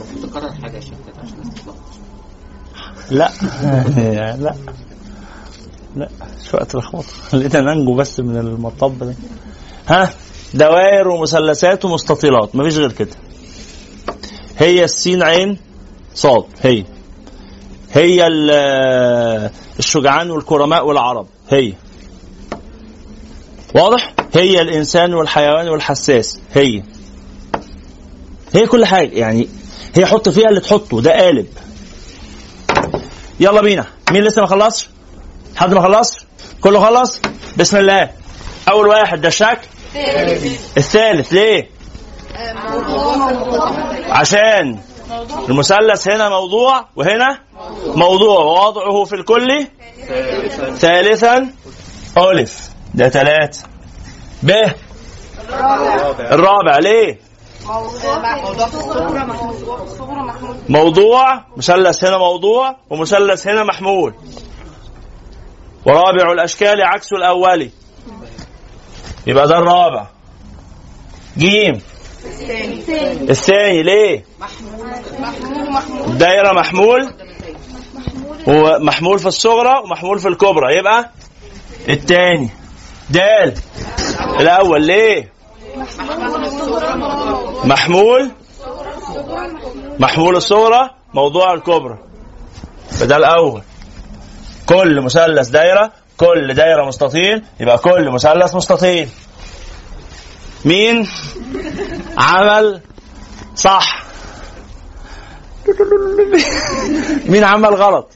لا لا لا شو وقت لخبطه لقينا ننجو بس من المطب ده. ها دوائر ومثلثات ومستطيلات مفيش غير كده. هي السين عين صاد هي الشجعان والكرماء والعرب هي واضح. هي الإنسان والحيوان والحساس هي كل حاجة يعني. هي حط فيها اللي تحطه ده قالب. يلا بينا. مين لسه ما خلصش؟ حد ما خلص؟ كله خلص؟ بسم الله. أول واحد ده الشكل الثالث. ليه؟ عشان المثلث هنا موضوع وهنا موضوع ووضعه في الكل ثالثا ألف. ده 3. ب الرابع. ليه؟ موضوع مثلث هنا موضوع ومثلث هنا محمول. ورابع الأشكال عكس الأولي يبقى ده الرابع. جيم الثاني. ليه؟ دايرة محمول ومحمول في الصغرى ومحمول في الكبرى يبقى الثاني دال. الاول ليه؟ محمول الصغرى موضوع الكبرى، فده الاول. كل مثلث دايره، كل دايره مستطيل، يبقى كل مثلث مستطيل. مين عمل صح؟ مين عمل غلط؟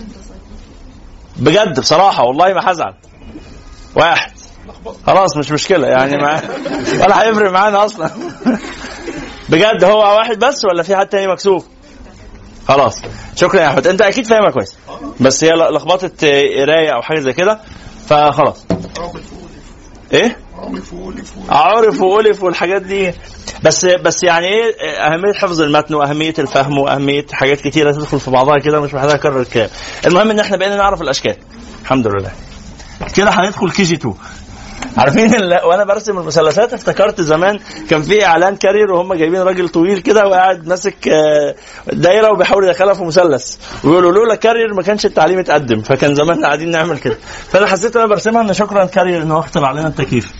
بجد بصراحه والله ما هزعل. واحد خلاص مش مشكله يعني، ولا هيفرق معانا اصلا. بجد هو واحد بس ولا في حد تاني مكسوف؟ خلاص شكرا يا احمد، انت اكيد فاهمها كويس، بس هي لخبطت قرايه او حاجه زي كده فخلاص. ايه عارف والف والحاجات دي، بس يعني ايه اهميه حفظ المتن واهميه الفهم واهميه حاجات كتيره تدخل في بعضها كده، مش محتاج اكرر الكلام. المهم ان احنا بقينا نعرف الاشكال الحمد لله. كده هندخل كي جي 2. عارفين وانا برسم المثلثات افتكرت زمان كان في اعلان كارير وهم جايبين راجل طويل كده وقاعد ماسك دايره وبيحاول يدخلها في مثلث، ويقولوا لولا كارير ما كانش التعليم اتقدم. فكان زمان قاعدين نعمل كده، فانا حسيت انا برسمها ان شكرا كارير ان هو اخترع لنا التكييف.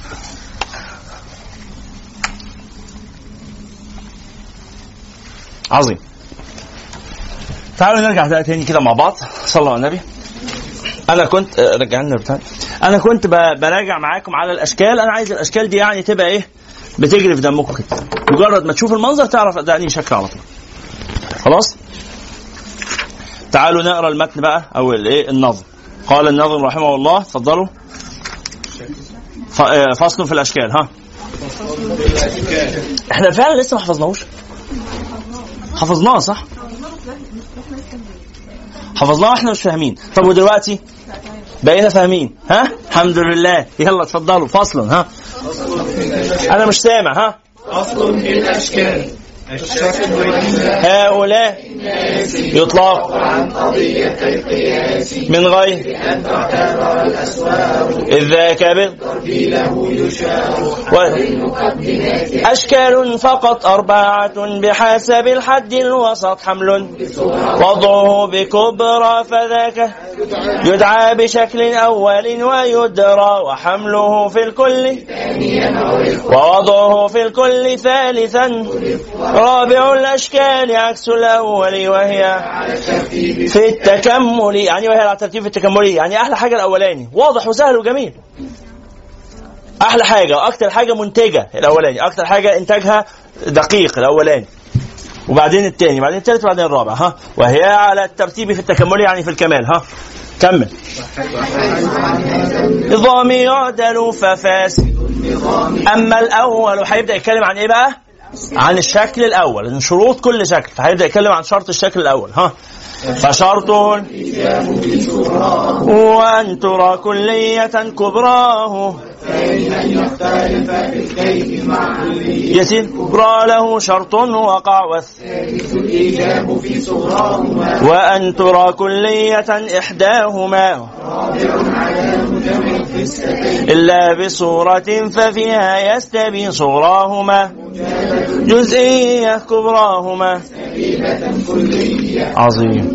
عظيم. تعالوا نرجع تاني كده مع بعض. صلوا على النبي. انا كنت انا كنت براجع معاكم على الاشكال. انا عايز الاشكال دي يعني تبقى ايه، بتجري في دمكم كده، مجرد ما تشوف المنظر تعرف ده انهي شكل على طول. خلاص تعالوا نقرا المتن بقى او الايه النظم. قال الناظم رحمه الله، اتفضلوا. فصل في الاشكال. ها احنا فعلا لسه ما حفظناهوش. حفظناه صح؟ حفظناه واحنا مش فاهمين. طب ودلوقتي بقينا فاهمين. ها الحمد لله. يلا اتفضلوا. فصل. ها انا مش سامع. ها فصل في الاشكال. هؤلاء يطلق عن قضية القياس من غير أن تعتبر الأسوار إذ ذاك بالضرب له يشار والمقدمات أشكال فقط 4 بحسب الحد الوسط. حمل وضعه بكبرى فذاك يدعى بشكل أول ويدرى، وحمله في الكل ووضعه في الكل ثالثا. رابع الأشكال عكس الأول وهي في التكمل، يعني وهي على ترتيب التكملي، يعني أحلى حاجة الأولاني واضح وسهل وجميل. أحلى حاجة وأكتر حاجة منتجة الأولاني، أكتر حاجة إنتاجها دقيق الأولاني، وبعدين الثاني، بعدين الثالث، وبعدين الرابع. ها وهي على الترتيب في التكملي يعني في الكمال. ها كمل. نظام يعدل ففاسد. أما الأول هيبدأ يتكلم عن إيه بقى؟ عن الشكل الأول، عن شروط كل شكل، فهيبدأ يتكلم عن شرط الشكل الأول. ها فشرط وأن ترى كلية كبراه يتبرى له شرط وقع وأن ترى كلية إحداهما إلا بصورة ففيها يستبي صوراهما جزئية كبراهما. عظيم.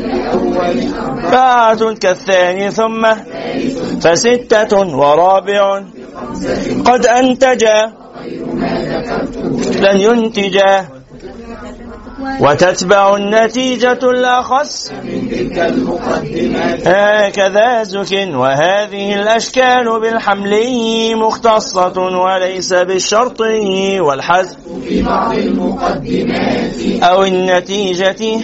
باعة كالثاني ثم فستة ورابع قد أنتجا لن ينتجا وتتبع النتيجة الأخص هكذا زك. وهذه الأشكال بالحملي مختصة وليس بالشرط والحذف في بعض المقدمات أو النتيجة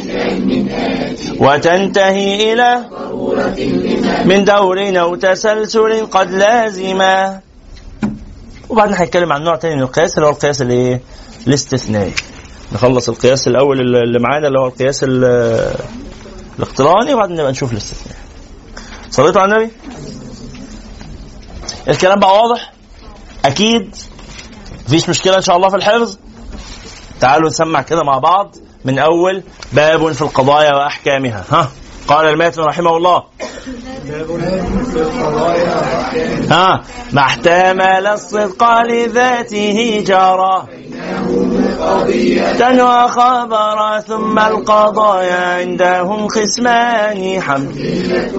وتنتهي إلى من دور أو تسلسل قد لازما. وبعدين هيتكلم عن نوع تاني من القياس اللي هو القياس الاستثنائي. نخلص القياس الأول اللي معانا اللي هو القياس الاقتراني، وبعدين نبقى نشوف الاستثناء. صليتوا على النبي. الكلام بقى واضح أكيد، مفيش مشكلة إن شاء الله في الحفظ. تعالوا نسمع كده مع بعض من أول باب في القضايا وأحكامها. ها قال الماتن رحمه الله ما احتمل الصدق لذاته جرى وخبر ثم القضايا عندهم خصمان حملية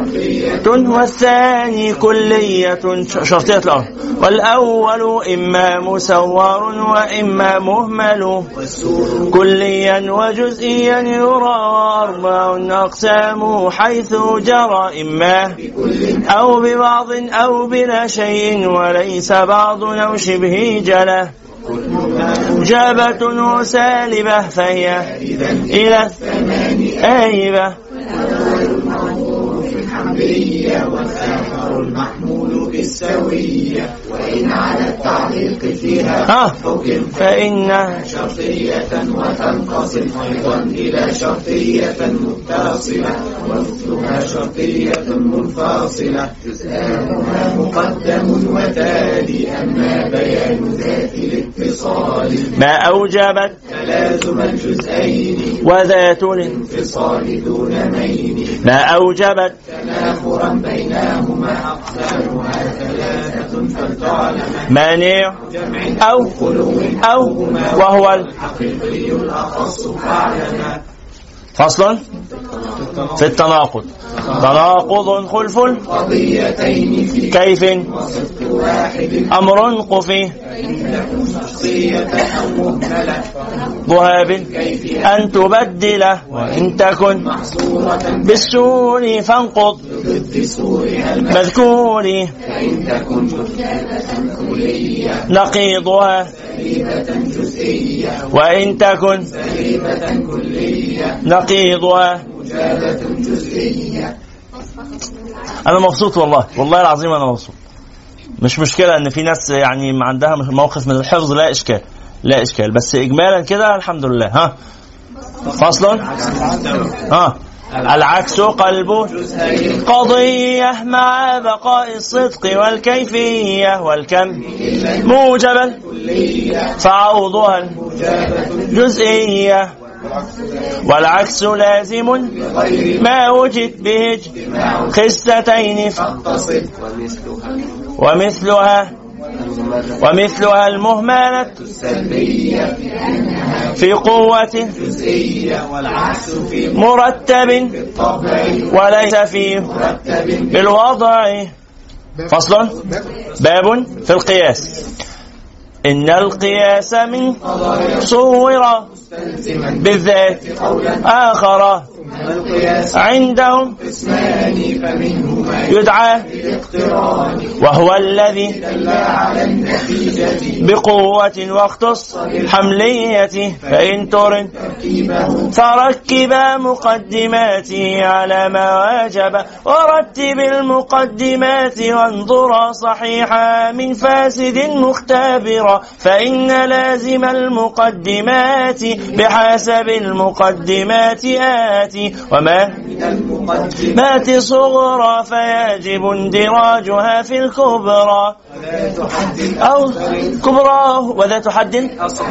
والثاني كلية شرطية الأول والأول إما مسور وإما مهمل كليا وجزئيا يرى أربع أقسام حيث جرى إما أو ببعض أو بلا شيء وليس بعض أو شبه جلا جابة وسالبة فهي إلى آيبة الحملية والآخر المحمول بالسوية وإن على التعليق فيها حكم فإنها شرطية وتنقسم أيضا إلى شرطية متصلة ومثلها شرطية منفصلة جزءانها مقدم وتالي أما بيان ذات الاتصال ما أوجبت تلازم الجزئين وذات الانفصال دون مين ما أوجبت تنافرا بينهما أقسامها ثلاثة فلتعلم مانع أو وهو الحقيقي الأخص فاعلم. فصل في التناقض تناقض خلف قضيتين في كيف وصف واحد أمر قفي شخصية أو مهملة ذهاب أن تبدل وإن تكن محصورة بالسور فانقض ضد سورها مذكور فإن تكن كلية نقيضها سليبة جزئية وإن تكن سليبة كلية نقيضها مجادة جزئية. أنا مبسوط والله العظيم أنا مبسوط. مش مشكلة إن في ناس يعني عندها موقف من الحفظ لا إشكال بس إجمالا كده الحمد لله. ها فصل العكس قلبه قضية مع بقاء الصدق والكيفية والكم موجبا فعوضها جزئية والعكس لازم ما وجد به خستين ومثلها المهملة في قوة مرتب وليس فيه بالوضع. فصل باب في القياس إن القياس من صور بالذات آخر عندهم يدعى وهو الذي بقوة واختص حمليته فإن ترن فركب مقدماته على ما واجب ورتب المقدمات وانظر صحيحا من فاسد مختبرا فإن لازم المقدمات بحسب المقدمات آتي وما مات صغرى فيجب اندراجها في الكبرى أو كبرى وذات حد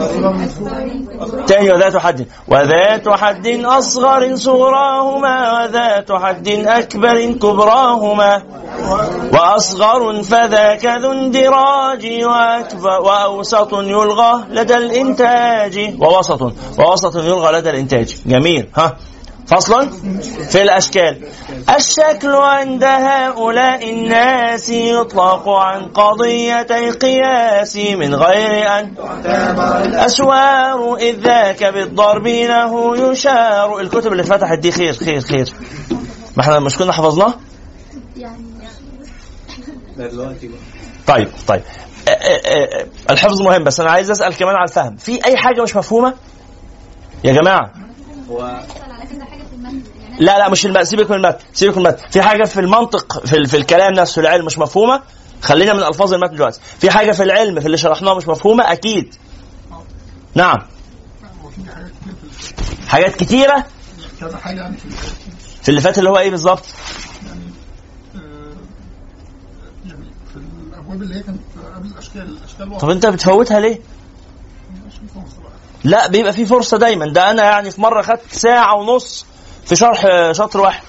تاني وذات حد أصغر صغراهما وذات حد أكبر كبراهما وأصغر فذاك ذو اندراج وأوسط يلغى لدى الإنتاج ووسط يلغى لدى الإنتاج. جميل. ها فصلا في الأشكال الشكل عند هؤلاء الناس يطلق عن قضيتي قياس من غير أن أسوار إذ ذاك بالضرب له يشار. الكتب اللي فتحت دي خير ما احنا مش كنا حفظناه طيب الحفظ مهم بس أنا عايز أسأل كمان على الفهم. في أي حاجة مش مفهومة يا جماعة؟ لا مش سيبك من المتن. في حاجة في المنطق في الكلام نفسه العلم مش مفهومة. خلينا من ألفاظ المتن دلوقتي. في حاجة في العلم في اللي شرحناه مش مفهومة أكيد. نعم حاجات كتيرة في اللي فات اللي هو إيه بالظبط؟ في الأبواب اللي هي كانت قبل الأشكال طب أنت بتفوتها ليه؟ لا بيبقى في فرصة دايما. ده أنا يعني في مرة خدت 1.5 ساعة في شرح شطر واحد.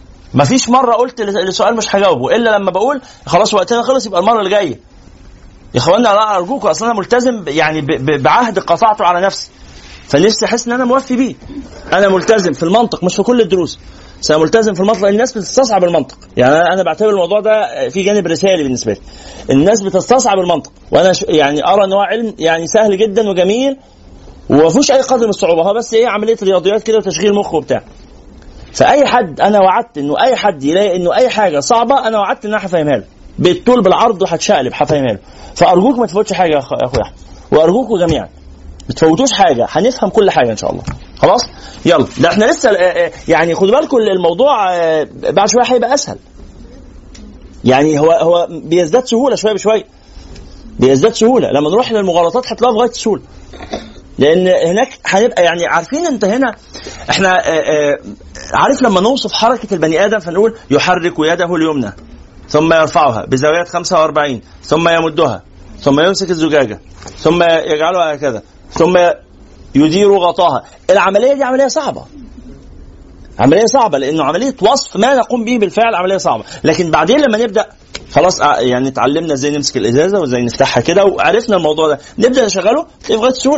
مفيش مرة قلت لسؤال مش هجاوبه إلا لما بقول خلاص وقتنا خلص يبقى المرة اللي جاية. يا اخوانا لا ارجوكم، اصلا انا ملتزم يعني بعهد قطعته على نفسي، فنفسي احس ان انا موفي بيه. انا ملتزم في المنطق مش في كل الدروس، سأملتزم في المنطق. الناس بتستصعب المنطق، يعني انا بعتبر الموضوع ده في جانب رسالي بالنسبه لي. الناس بتستصعب المنطق، وانا يعني ارى ان هو علم يعني سهل جدا وجميل وما فيهوش اي قدر من الصعوبه، هو بس ايه عمليه رياضيات كده وتشغيل مخ وبتاع. فاي حد انا وعدت انه اي حد يلاقي انه اي حاجه صعبه انا وعدت ان انا هفهمها له بالطول بالعرض وهتشقلب هفهمها له. فارجوك ما تفوتش حاجه يا اخويا احمد، وارجوكم جميعا ما تفوتوش حاجه، هنفهم كل حاجه ان شاء الله. خلاص يلا، ده احنا لسه يعني خدوا بالكم الموضوع بعد شويه هيبقى اسهل، يعني هو بيزداد سهوله شويه بشويه، بيزداد سهوله. لما نروح للمغالطات هتلاقوا في غايه السهوله، لان هناك هنبقى يعني عارفين. انت هنا احنا عارف لما نوصف حركه البني ادم فنقول يحرك يده اليمنى ثم يرفعها بزاويه 45 ثم يمدها ثم يمسك الزجاجه ثم يجعلها هكذا ثم يدير غطاها. العمليه دي عمليه صعبه، عمليه صعبه، لانه عمليه وصف ما نقوم به بالفعل عمليه صعبه. لكن بعدين لما نبدا خلاص يعني اتعلمنا ازاي نمسك الازازه وازاي نفتحها كده وعرفنا الموضوع ده، نبدا نشغله في غايه السهوله،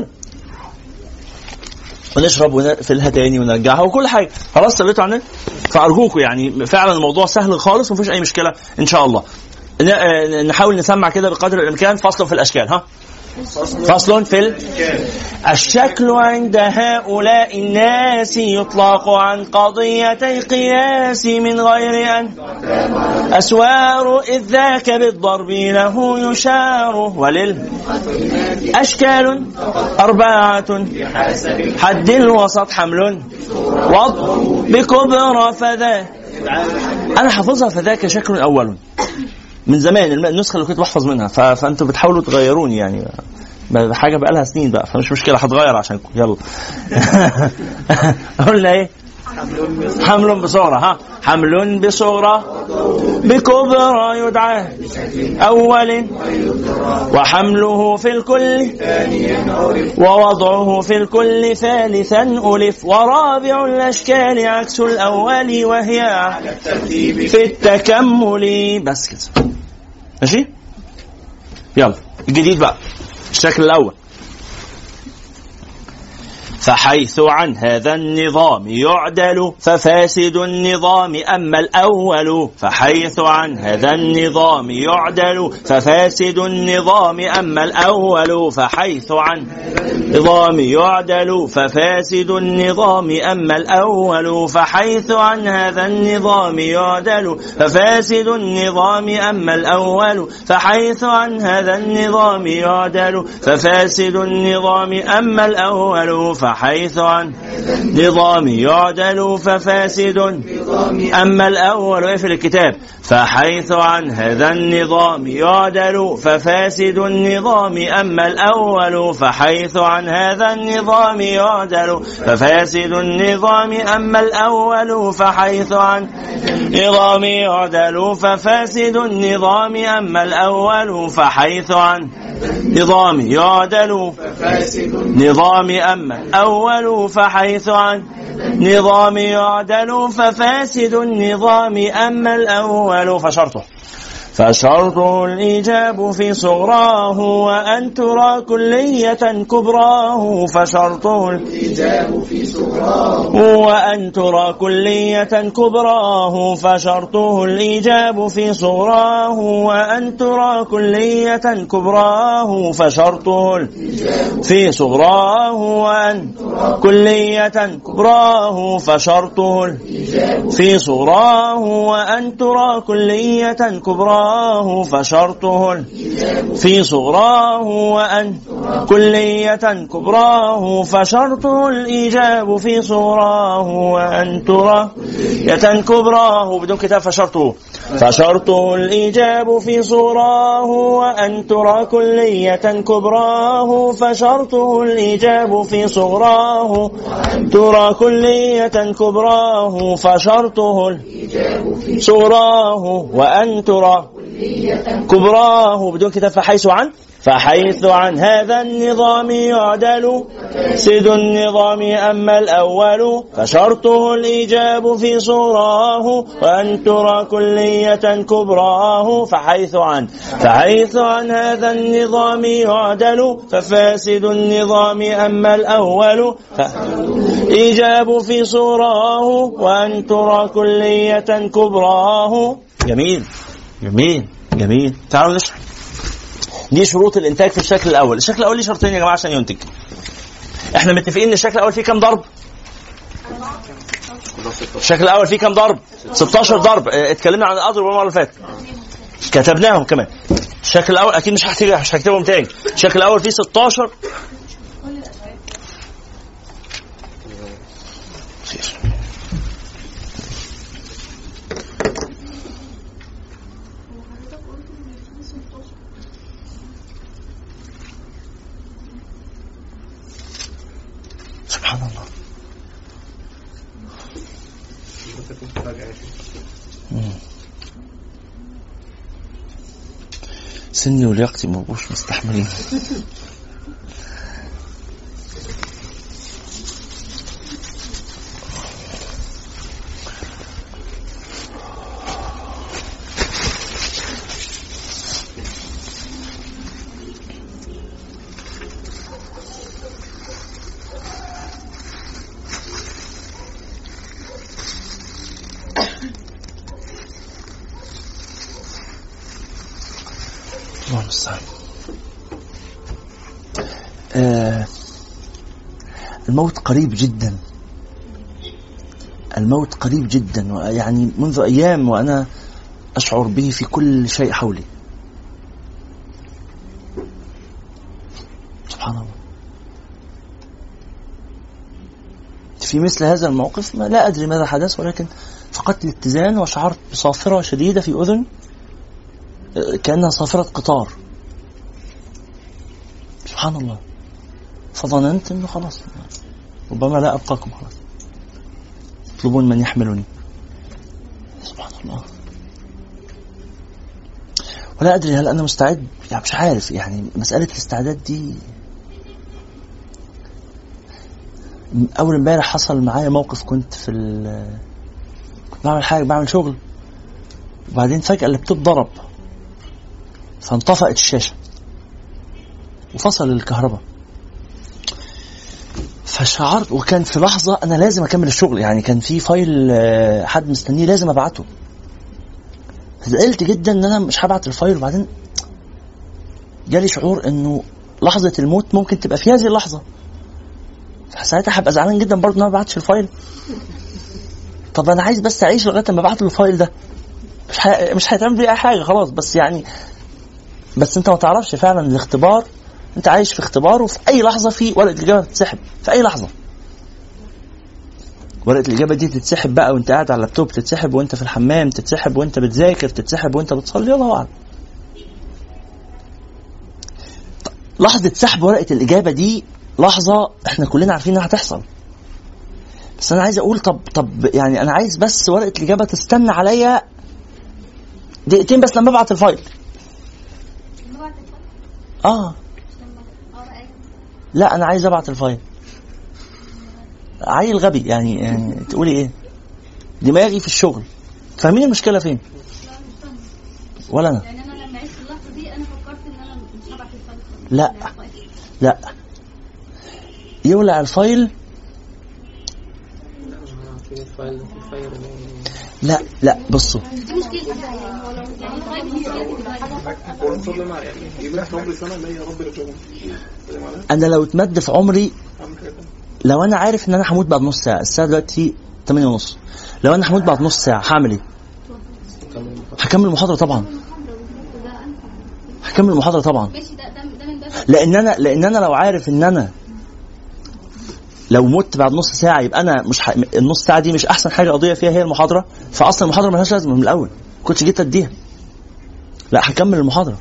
ونشرب ونقفلها تاني ونرجعها وكل حاجه. خلاص ثبتوا عننا. فارجوكم يعني فعلا الموضوع سهل خالص ومفيش اي مشكله ان شاء الله. نحاول نسمع كده بقدر الامكان. فصل في الاشكال. ها فصل في الشكل عند هؤلاء الناس يطلق عن قضيتي قياس من غير أن أسوار، إذ ذاك بالضرب له يشار. وللأشكال 4 حد الوسط حمل وضع بكبرى فذا. أنا حافظها فذاك شكل أول من زمان، النسخة اللي كنت بحفظ منها، فأنتوا بتحاولوا تغيروني يعني حاجة بقى لها سنين بقى، فمش مشكلة هتغير عشانكم. يلا قلنا ايه؟ حمل بصورة. ها حمل بصورة بكبرى يدعى أول، وحمله في الكل ووضعه في الكل ثالثا ألف. ورابع الأشكال عكس الأول وهي في التكمل. بس كده ماشي. يلا الجديد بقى الشكل الأول. فحيث عن هذا النظام يعدل ففاسد النظام أما الأول. فحيث عن هذا النظام يعدل ففاسد النظام أما الأول. فحيث عن النظام يعدل ففاسد النظام أما الأول. فحيث عن هذا النظام يعدل ففاسد النظام أما الأول. فحيث عن هذا النظام يعدل ففاسد النظام أما الأول. فحيث عن نظام يعدل ففاسد أما الأول. ويقفل الكتاب. فحيث عن هذا النظام يعدل ففاسد النظام أما الأول. فحيث عن هذا النظام يعدل ففاسد النظام أما الأول. فحيث عن نظام يعدل ففاسد النظام أما الأول. فحيث عن نظام يعدل نظام أما الأول. فحيث عن نظام يعدل ففاسد النظام أما الأول. فشرطه الإيجاب في صغراه وأن ترى كلية كبراه. فشرطه الإيجاب في صغراه وأن ترى كلية كبراه. فشرطه الإيجاب في صغراه وأن ترى كلية كبراه. فشرطه في صغراه وأن كلية كبراه. فشرطه في صغراه وأن ترى كلية كبراه. فشرطه في صغراه وأن كلية كبراه. فشرطه الإيجاب في صغراه وأن ترى كلية كبراه. بدون كتاب. فشرطه الإيجاب في صغراه وأن ترى كلية كبراه. فشرطه الإيجاب في صغراه ترى كلية كبراه. فشرطه صغراه وأن ترى كبراه. بدون كتاب. فحيث عن هذا النظام يعدل فاسد النظام أما الأول فشرطه الإيجاب في صوراه وأن ترى كلية كبراه فحيث عن هذا النظام يعدل ففاسد النظام أما الأول إيجاب في صوراه وأن ترى كلية كبراه. جميل جميل جميل. تعالوا نشرح. دي شروط الإنتاج في الشكل الأول. الشكل الأول ليه شرطين يا جماعة عشان ينتج. احنا متفقين ان الشكل الأول فيه كم ضرب؟ الشكل الأول فيه كم ضرب؟ 16 ضرب. اتكلمنا عن الأضرب المرة اللي فاتت كتبناهم كمان. الشكل الأول أكيد مش هكتبهم تاني. الشكل الأول فيه 16 سبحان الله. سني ولياقتي مبقوش مستحملين. الموت قريب جدا. الموت قريب جدا، يعني منذ أيام وأنا أشعر به في كل شيء حولي. سبحان الله. في مثل هذا الموقف ما لا أدري ماذا حدث، ولكن فقدت الاتزان وشعرت بصافرة شديدة في أذن كأنها صافرة قطار. سبحان الله. فظننت أنه خلاص ربما لا أبقاكم، خلاص يطلبون من يحملني. سبحان الله. ولا أدري هل أنا مستعد، يعني مش عارف. يعني مسألة الاستعداد دي، أول امبارح حصل معايا موقف. كنت بعمل حاجة، بعمل شغل، وبعدين فجأة اللابتوب ضرب فانطفأت الشاشة وفصل الكهرباء. فشعرت، وكان في لحظة أنا لازم أكمل الشغل، يعني كان في فايل حد مستنيه لازم أبعته. زعلت جدا أن أنا مش هبعت الفايل، وبعدين جالي شعور أنه لحظة الموت ممكن تبقى في هذه اللحظة. فساعتها هبقى زعلان جدا برضه أن أنا ما بعتش الفايل. طب أنا عايز بس أعيش لغاية ما بعت له الفايل ده، مش هيتعمل بيه أي حاجة خلاص. بس يعني بس أنت ما تعرفش فعلا الاختبار. أنت عايش في اختبار، وفي أي لحظة في ورقة الإجابة تتسحب. في أي لحظة ورقة الإجابة دي تتسحب بقى، وأنت قاعد على اللابتوب تتسحب، وأنت في الحمام تتسحب، وأنت بتذاكر تتسحب، وأنت بتصلي، الله أعلم. لحظة سحب ورقة الإجابة دي لحظة إحنا كلنا عارفين إنها هتحصل. بس أنا عايز أقول طب يعني أنا عايز بس ورقة الإجابة تستنى عليا دقيقتين بس لما أبعت الفايل. لا أنا عايز أبعت الفايل. عيل غبي يعني تقولي إيه؟ دماغي في الشغل. فاهمين المشكلة فين؟ ولا أنا؟ يعني أنا لما عشت اللحظة دي أنا فكرت إن أنا مش هبعت الفايل. لا يولع الفايل. لا بصوا، انا لو اتمد في عمري، لو انا عارف ان انا هموت بعد نص ساعه، الساعه دلوقتي 8:30، لو انا هموت بعد نص ساعه هعمل ايه؟ هكمل المحاضره طبعا. لان انا لو عارف ان انا لو مت بعد نص ساعه يبقى انا مش النص ساعه دي مش احسن حاجه اضيع فيها هي المحاضره، فاصلا المحاضره مالهاش لازمه من الاول، كنتش جيت اديها. لا هكمل المحاضره.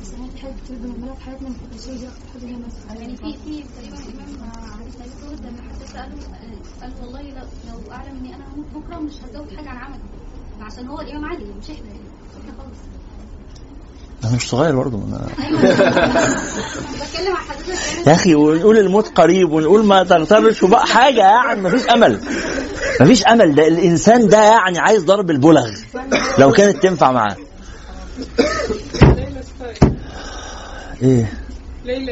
يعني في تقريبا امام علي سيد لما حد قال والله لو اعلم اني انا هموت بكره مش هزود حاجه عن عملي، عشان هو الامام علي مش احنا خالص. انا مش صغير برضه انا بتكلم عن حضرتك يا اخي. ونقول الموت قريب ونقول ما تغترش وبقى حاجه يعني مفيش امل، مفيش امل. ده الانسان ده يعني عايز ضرب البلغ لو كانت تنفع معاه. ايه ليلى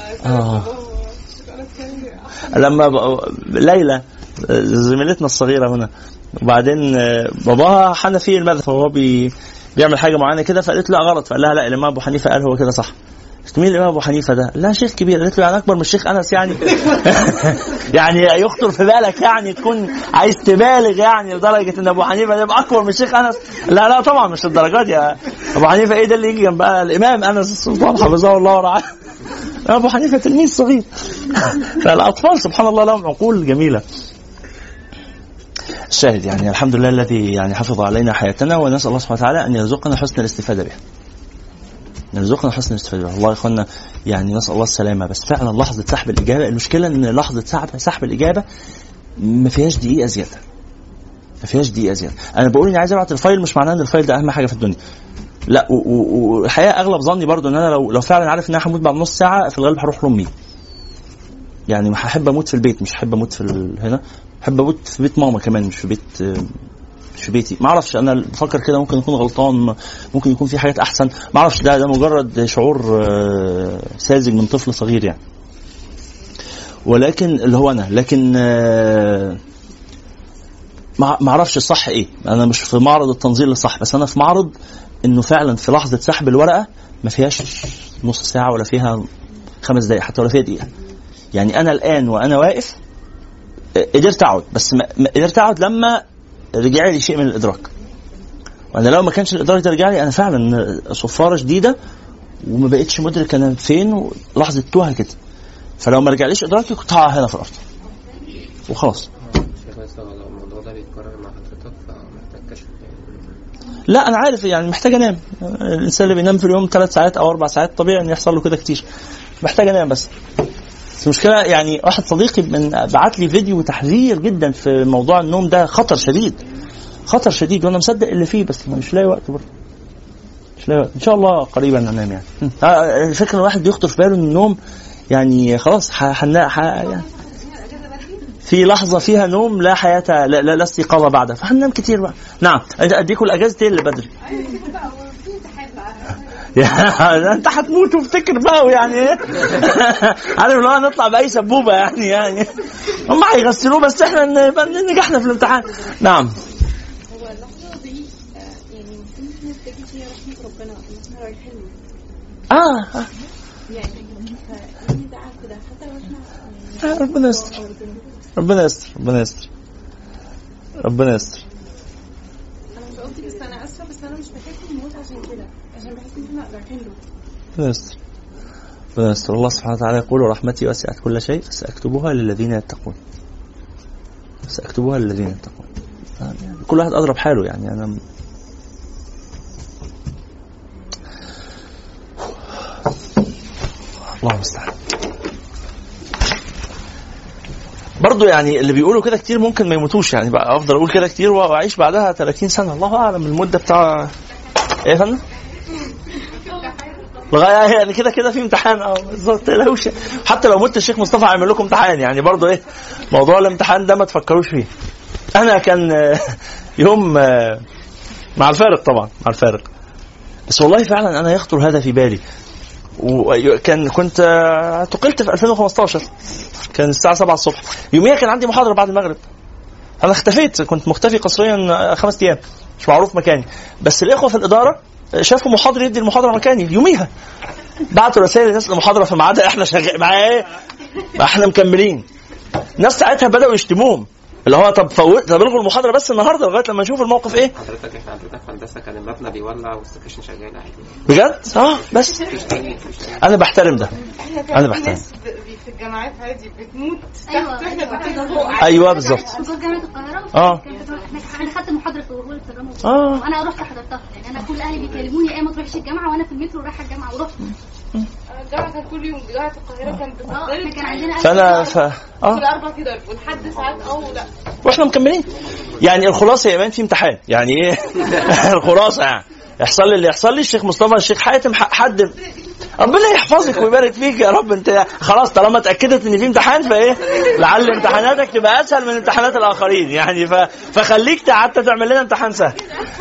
لما ليلى زميلتنا الصغيره هنا، وبعدين باباها حنفي المذهب، فهو بيعمل حاجه معينه كده، فقالت له غلط، فقال لها لا الامام ابو حنيفه قال هو كده صح. مين الامام ابو حنيفه ده؟ لا شيخ كبير. قالت له يعني اكبر من الشيخ انس يعني يعني يخطر في بالك يعني تكون عايز تبالغ يعني لدرجه ان ابو حنيفه يبقى اكبر من الشيخ انس؟ لا طبعا مش الدرجات يا ابو حنيفه. ايه ده اللي يجي جنب الامام انس السلطان حفظه الله ورعاه؟ ابو حنيفه تلميذ صغير. فالاطفال سبحان الله لهم عقول جميله. الشاهد يعني الحمد لله الذي يعني حفظ علينا حياتنا، ونسال الله سبحانه وتعالى ان يرزقنا حسن الاستفاده بها. نرزقنا حسن الاستفاده بها. الله يخلنا يعني نسال الله السلامه. بس فعلا لحظه سحب الاجابه، المشكله ان لحظه سحب الاجابه ما فيهاش دقيقه زياده، ما فيهاش دقيقه زياده. انا بقول اني عايز ابعت الفايل مش معناه ان الفايل ده اهم حاجه في الدنيا، لا. والحقيقه اغلب ظني برضو ان انا لو فعلا عارف ان انا هموت بعد نص ساعه، في الغالب هروح لامي. يعني هحب اموت في البيت، مش هحب اموت في هنا، احب اموت في بيت ماما كمان، مش في بيتي. ما اعرفش، انا بفكر كده ممكن يكون غلطان، ممكن يكون في حاجات احسن، ما اعرفش. ده مجرد شعور ساذج من طفل صغير يعني، ولكن اللي هو انا، لكن ما اعرفش الصح ايه. انا مش في معرض التنظير للصح، بس انا في معرض انه فعلا في لحظه سحب الورقه ما فيهاش نص ساعه ولا فيها 5 دقائق حتى ولا فيها دقيقه. يعني انا الان وانا واقف قدرت اقعد، بس قدرت اقعد لما رجع لي شيء من الادراك. وانا لو ما كانش الادراك ده رجع لي، انا فعلا صفاره شديده وما بقتش مدرك انا فين، لحظه توهه كده. فلو ما رجعليش ادراكي كنت هقع هنا في الارض وخلاص. الموضوع ده بيتكرر مع حضرتك فمحتاج كشف؟ لا انا عارف يعني محتاج انام. الانسان اللي بينام في اليوم 3 ساعات او 4 ساعات طبيعي ان يحصل له كده كتير، محتاج انام. بس المشكله يعني واحد صديقي بعت لي فيديو تحذير جدا في موضوع النوم ده، خطر شديد، وانا مصدق اللي فيه، بس مش لاقي وقت برضه، مش لاقي وقت. ان شاء الله قريبا انام يعني. الفكره ان الواحد بيخطر في باله ان النوم يعني خلاص يعني في لحظه فيها نوم لا حياه لا استيقاظ بعدها، فهننام كتير بقى. نعم اديكوا الاجازه اللي بدري انت هتموت وافتكر بقى ويعني ايه عارف لو هنطلع باي سبوبه يعني هم هيغسلوه بس احنا نجحنا في الامتحان. نعم. هو اللحظه دي يعني ممكن نفتكر فيها رحمه ربنا احنا رايحين يعني ده كده حتى لو احنا ربنا يستر. انا مش قصدي، بس انا اسفه، بس انا مش بحب الموت عشان كده، عشان بحس ان احنا رايحين له. ربنا يستر. الله سبحانه وتعالى يقول رحمتي وسعت كل شيء فسأكتبها للذين يتقون. كل واحد أضرب حاله يعني. أنا الله المستعان. برضو يعني اللي بيقولوا كده كتير ممكن ما يموتوش يعني، بقى أفضل أقول كده كتير وأعيش بعدها 30 سنة، الله أعلم المدة بتاع إيه فن لغايه يعني كده في امتحان بالظبط. لهوش حتى لو مت الشيخ مصطفى هيعمل لكم امتحان يعني، برضو ايه موضوع الامتحان ده ما تفكروش فيه. انا كان يوم مع الفارق طبعا، مع الفارق، بس والله فعلا انا يخطر هذا في بالي. كنت تقلت في 2015، كان الساعه 7 الصبح. يوميها كان عندي محاضره بعد المغرب، انا اختفيت، كنت مختفي قسريا 5 ايام مش معروف مكاني. بس الاخوه في الاداره شافوا محاضر يدي المحاضره مكاني يوميها، بعتوا رسائل للناس المحاضره في ميعادها، احنا شغال معايا ايه، احنا مكملين. ناس ساعتها بداوا يشتموهم، اللي هو طب الغوا المحاضره بس النهارده لغايه لما نشوف الموقف ايه. حضرتك في هندسه كان المبنى بيولع والسكشن شغال عادي بجد. بس انا بحترم ده، انا بحترم. في الجامعات عادي بتموت تحت احنا بنتجه فوق. ايوه بالظبط. في جامعه القاهره انا خدت محاضره في وهول التجمع وانا رحت حضرتها يعني. انا كل اهلي بيكلموني ايه ما تروحش الجامعه، وانا في المترو رايحه الجامعه ورحت. الجامعه كان كل يوم، جامعه القاهره كانت بتضرب، كان عندنا فانا كل 4 في ضرب ولحد ساعات لا واحنا مكملين يعني. الخلاصه يا مان في امتحان يعني ايه الخلاصه يعني يحصل لي اللي يحصل لي. الشيخ مصطفى، الشيخ حاتم، حد ربنا يحفظك ويبارك فيك يا رب. انت خلاص طالما اتاكدت ان في امتحان فايه لعل امتحاناتك تبقى اسهل من امتحانات الاخرين يعني. فخليك حتى تعمل لنا امتحان سهل.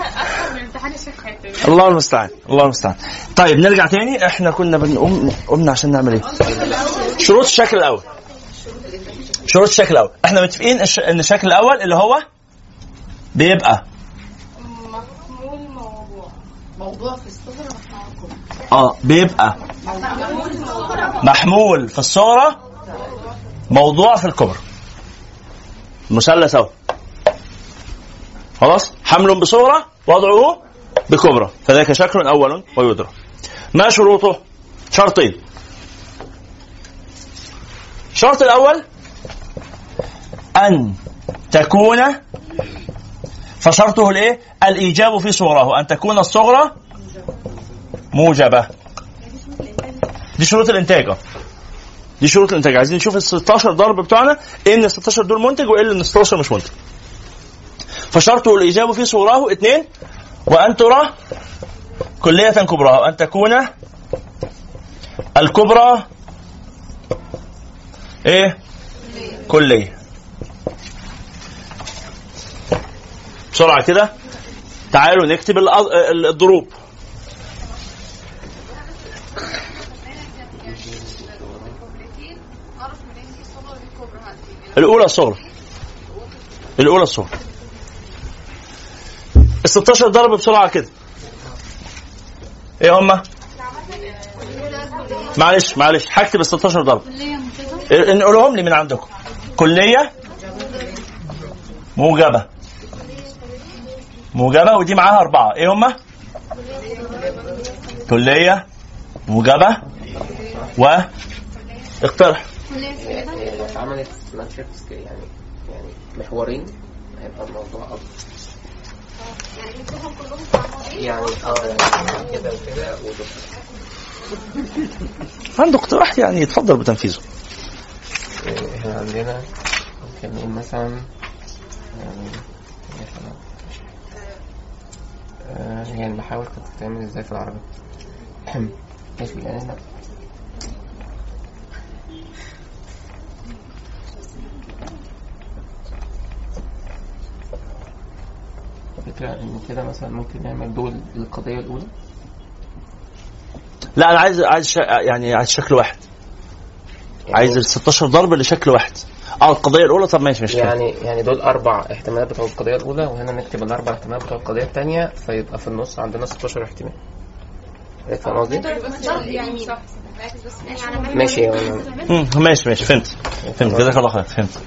الله المستعان، الله المستعان. طيب نرجع تاني. احنا كنا قمنا عشان نعمل ايه؟ شروط الشكل الاول. شروط الشكل الاول احنا متفقين ان الشكل الاول اللي هو بيبقى موضوع في الصغرى بيبقى محمول في الصغرى موضوع في الكبرى. مثلث اهو خلاص، حمل بصغرى وضعه بكبرى، فذاك شكل اول ويدرى. ما شروطه؟ شرطين. الشرط الاول ان تكون، فشرطه الايه؟ الايجاب في صغراه، ان تكون الصغرى موجبه. دي شروط الانتاج. دي شروط الانتاج. عايزين نشوف ال 16 ضرب بتوعنا ايه، ان ال 16 دول منتج وايه اللي ال 16 مش منتج. فشرطه الايجاب في صغراه. 2 وان ترى كلية كبرى، وان تكون الكبرى ايه؟ كلية. بسرعة كده تعالوا نكتب الضروب. الأولى الصغرى، الأولى الصغرى. ال 16 ضرب بسرعة كده ايه هما؟ معلش هكتب ال 16 ضرب نقولهم لي من عندكم. كلية موجبة، ودي معاها 4 ايه هما؟ كلية موجبة اقترح. لو اتعملت ماتريكس يعني محورين هيبقى الموضوع أفضل. يعني كده وكده عنده اقتراح يعني يتفضل بتنفيذه. احنا عندنا ممكن نقول مثلا يعني بحاول كنت تعمل ازاي في العربي. ماشي يعني فكرة ان كده مثلا ممكن نعمل دول القضية الاولى. لا انا عايز يعني عايز شكل واحد، عايز ال 16 ضرب لشكل واحد. القضية الاولى. طب ماشي يعني دول 4 احتمالات بتوع القضية الاولى، وهنا نكتب ال4 احتمالات بتوع القضية الثانية، فيبقى في النص عندنا 16 احتمال. فاهم قصدي؟ ماشي ماشي فهمت كده خلاص فهمت.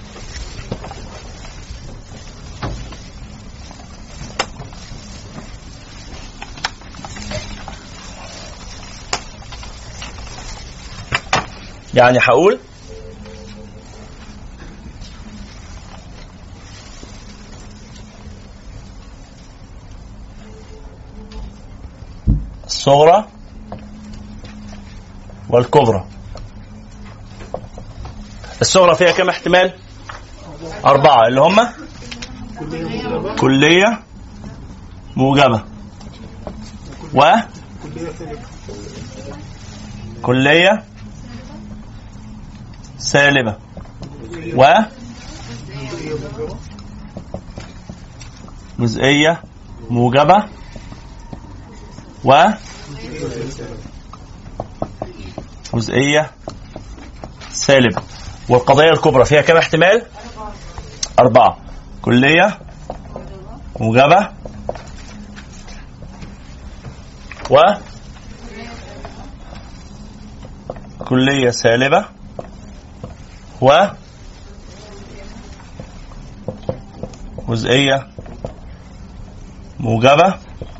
يعني هقول الصغرى والكبرى. الصغرى فيها كم احتمال؟ 4 اللي هم كلية موجبة كلية سالبة جزئية موجبة جزئية سالبة. والقضية الكبرى فيها كم احتمال؟ 4 كلية موجبة كلية سالبة جزئية موجبة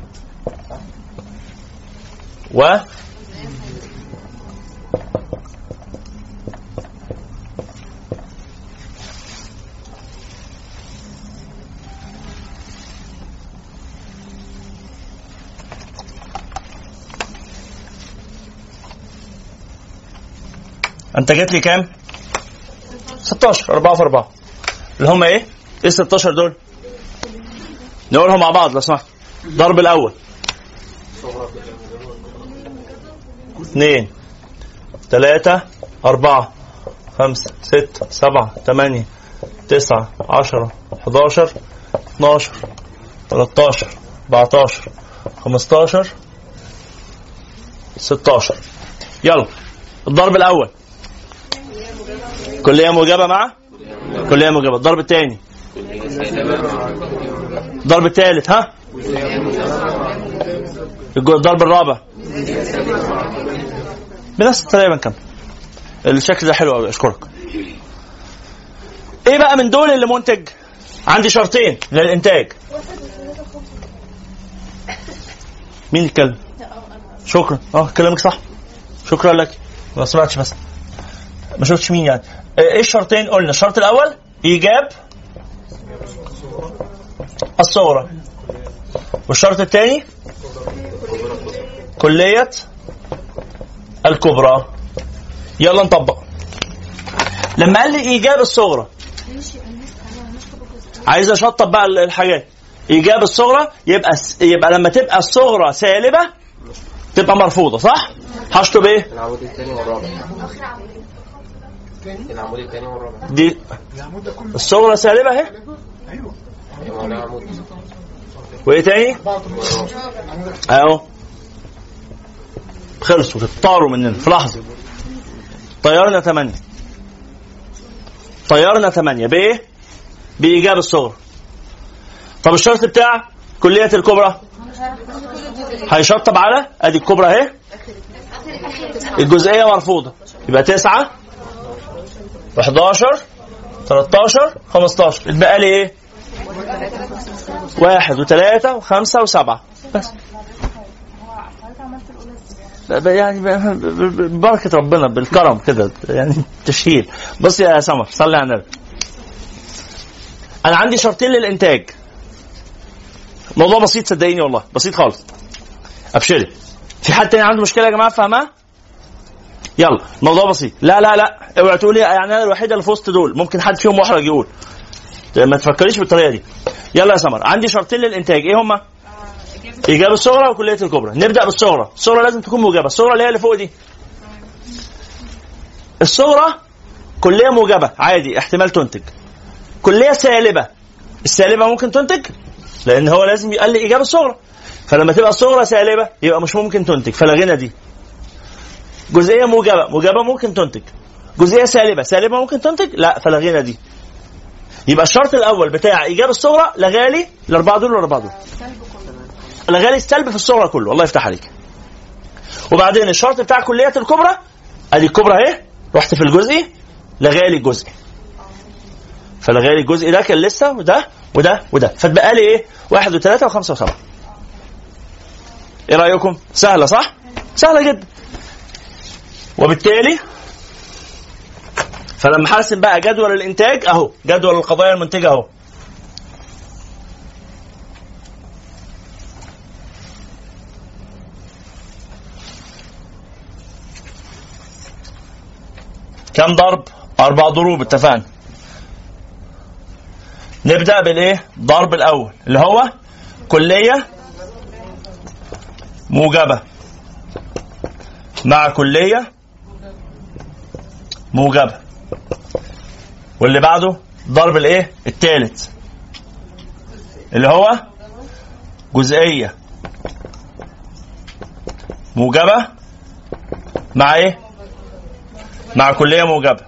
انت جت لي كام؟ 16. 4 في 4 اللي هم ايه 16 دول؟ نقولهم مع بعض لو سمحت. ضرب الاول 2 3 4 5 6 7 8 9 10 11 12 13 14 15 16. يلا الضرب الاول كلية موجبة مع كلية موجبة. الضرب الثاني الضرب الثالث ها الضرب الرابع بنفس الطريقة بنكمل. الشكل ده حلو قوي اشكرك. ايه بقى من دول اللي منتج؟ عندي شرطين للانتاج. مين يتكلم؟ شكرا. كلامك صح شكرا لك. ما سمعتش بس ما شفتش مين يعني. ايه الشرطين؟ قلنا الشرط الاول ايجاب الصغرى والشرط الثاني كلية الكبرى. يلا نطبق. لما قال لي ايجاب الصغرى عايز اشطب بقى الحاجات. ايجاب الصغرى يبقى لما تبقى الصغرى سالبة تبقى مرفوضة صح؟ هشطب ايه؟ العمود الثاني والرابع. العمود الثاني والرابع دي الصغرى سالبة اهي. ايوه. وايه تاني؟ اهو خلصوا تطاروا مننا في لحظة. طيرنا 8 بايه؟ بإيجاب الصغرى. طب الشرط بتاع كلية الكبرى هيشطب على ادي الكبرى اهي الجزئية مرفوضة يبقى 9 11 13 15. اتبقى لي ايه؟ 1 و3 و5 و7 بس. يعني ببركة ربنا بالكرم كده يعني تشهير. بص يا سمر صلي على النبي. انا عندي شرطين للانتاج. موضوع بسيط صدقيني والله بسيط خالص. ابشري. في حد تاني عنده مشكلة يا جماعة فاهمها؟ يلا موضوع بسيط. لا اوعى تقولي يعني انا الوحيدة اللي في وسط دول. ممكن حد فيهم محرج يقول. ما تفكريش بالطريقة دي. يلا يا سمر عندي شرطين للانتاج. ايه هما؟ إيجاب الصغرى وكلية الكبرى. نبدأ بالصغرى. الصغرى لازم تكون موجبة. الصغرى اللي هي اللي فوق دي. الصغرى كلية موجبة عادي احتمال تنتج. كلية سالبة السالبة ممكن تنتج لأن هو لازم يقل إيجاب الصغرى. فلما تبقى الصغرى سالبة يبقى مش ممكن تنتج فلغينا دي. جزئية موجبة ممكن تنتج. جزئية سالبة ممكن تنتج لا فلغينا دي. يبقى الشرط الأول بتاع إيجاب الصغرى لغالي الأربعة دول والأربعة دول. لغالي السلب في الصغرى كله. الله يفتح عليك. وبعدين الشرط بتاع كلية الكبرى ادي الكبرى اهي رحت في الجزئي لغالي الجزء. فلغالي الجزء ده كان لسه وده فتبقى لي ايه؟ 1 و3 و5 و7. ايه رأيكم؟ سهلة صح؟ سهلة جدا. وبالتالي فلما حرسم بقى جدول الانتاج اهو جدول القضايا المنتجة اهو. كم ضرب؟ 4 ضروب اتفقنا. نبدأ بالايه؟ ضرب الاول اللي هو كلية موجبة مع كلية موجبة. واللي بعده ضرب الايه؟ الثالث اللي هو جزئية موجبة مع ايه؟ مع كلية موجبة.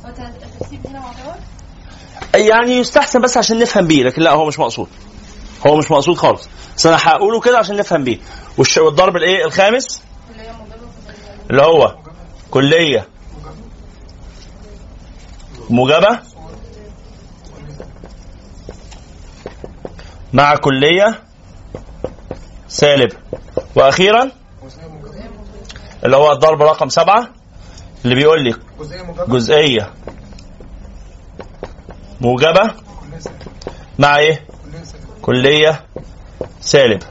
يعني يستحسن بس عشان نفهم بيه لكن لا هو مش مقصود خالص. بس انا هقوله كده عشان نفهم بيه. والضرب الايه؟ الخامس اللي هو كلية موجبة مع كلية سالبة. واخيرا اللي هو الضرب رقم 7 اللي بيقول لي جزئية موجبة مع ايه؟ كلية سالب.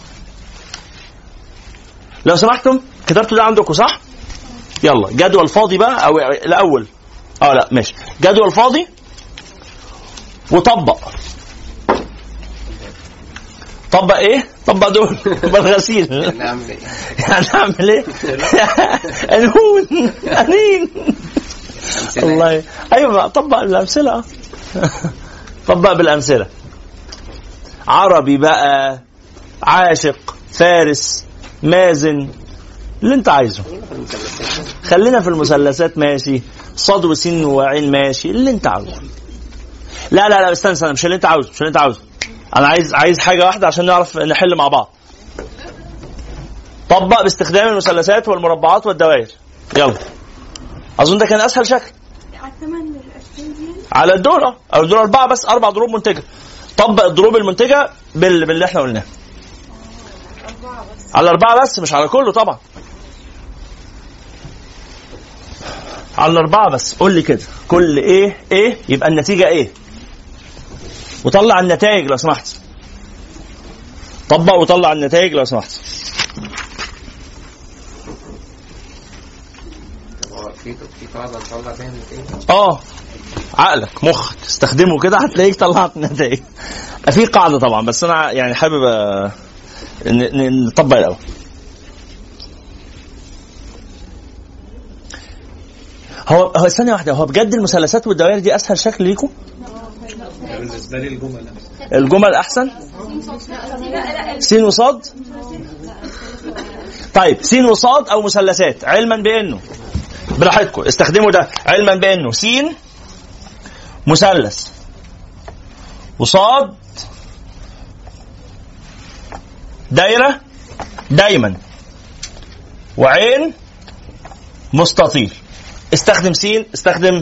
لو سمحتم كتبتوا ده عندكم صح؟ يلا جدول فاضي بقى او الاول لا ماشي جدول فاضي وطبق طبق ايه؟ طبق دول بالغسيل. يعني اعمل ايه؟ انهون انين. الله. ايوه طبق الامثله. طبق بالامثله. عربي بقى، عاشق، فارس، مازن، اللي انت عايزه. خلينا في المثلثات ماشي، صاد وسين وعين ماشي، اللي انت عاوزه. لا لا لا استنى، مش اللي انت عاوزه، مش اللي انت عاوزه. انا عايز حاجه واحده عشان نعرف نحل مع بعض. طبق باستخدام المثلثات والمربعات والدوائر. يلا. اظن ده كان اسهل شكل. على الدوره او الدوره 4 بس، 4 ضروب منتجه. طبق الضروب المنتجه باللي احنا قلناه. على 4 بس، مش على كله طبعا. على 4 بس. قول لي كده كل ايه يبقى النتيجه ايه، وطلع النتائج لو سمحت. طبق وطلع النتائج لو سمحت. في قاعده نطلع بيها النتائج. عقلك مخك استخدمه كده هتلاقيك طلعت النتائج. في قاعده طبعا، بس انا يعني حابب نطبق الاول. هو ثانيه واحده، هو بجد المثلثات والدوائر دي اسهل شكل ليكم؟ بالنسبه لي الجمل احسن. سين وصاد. طيب سين وصاد او مثلثات، علما بانه براحتكم استخدموا ده، علما بانه سين مثلث وصاد دايره دايما وعين مستطيل. استخدم سين، استخدم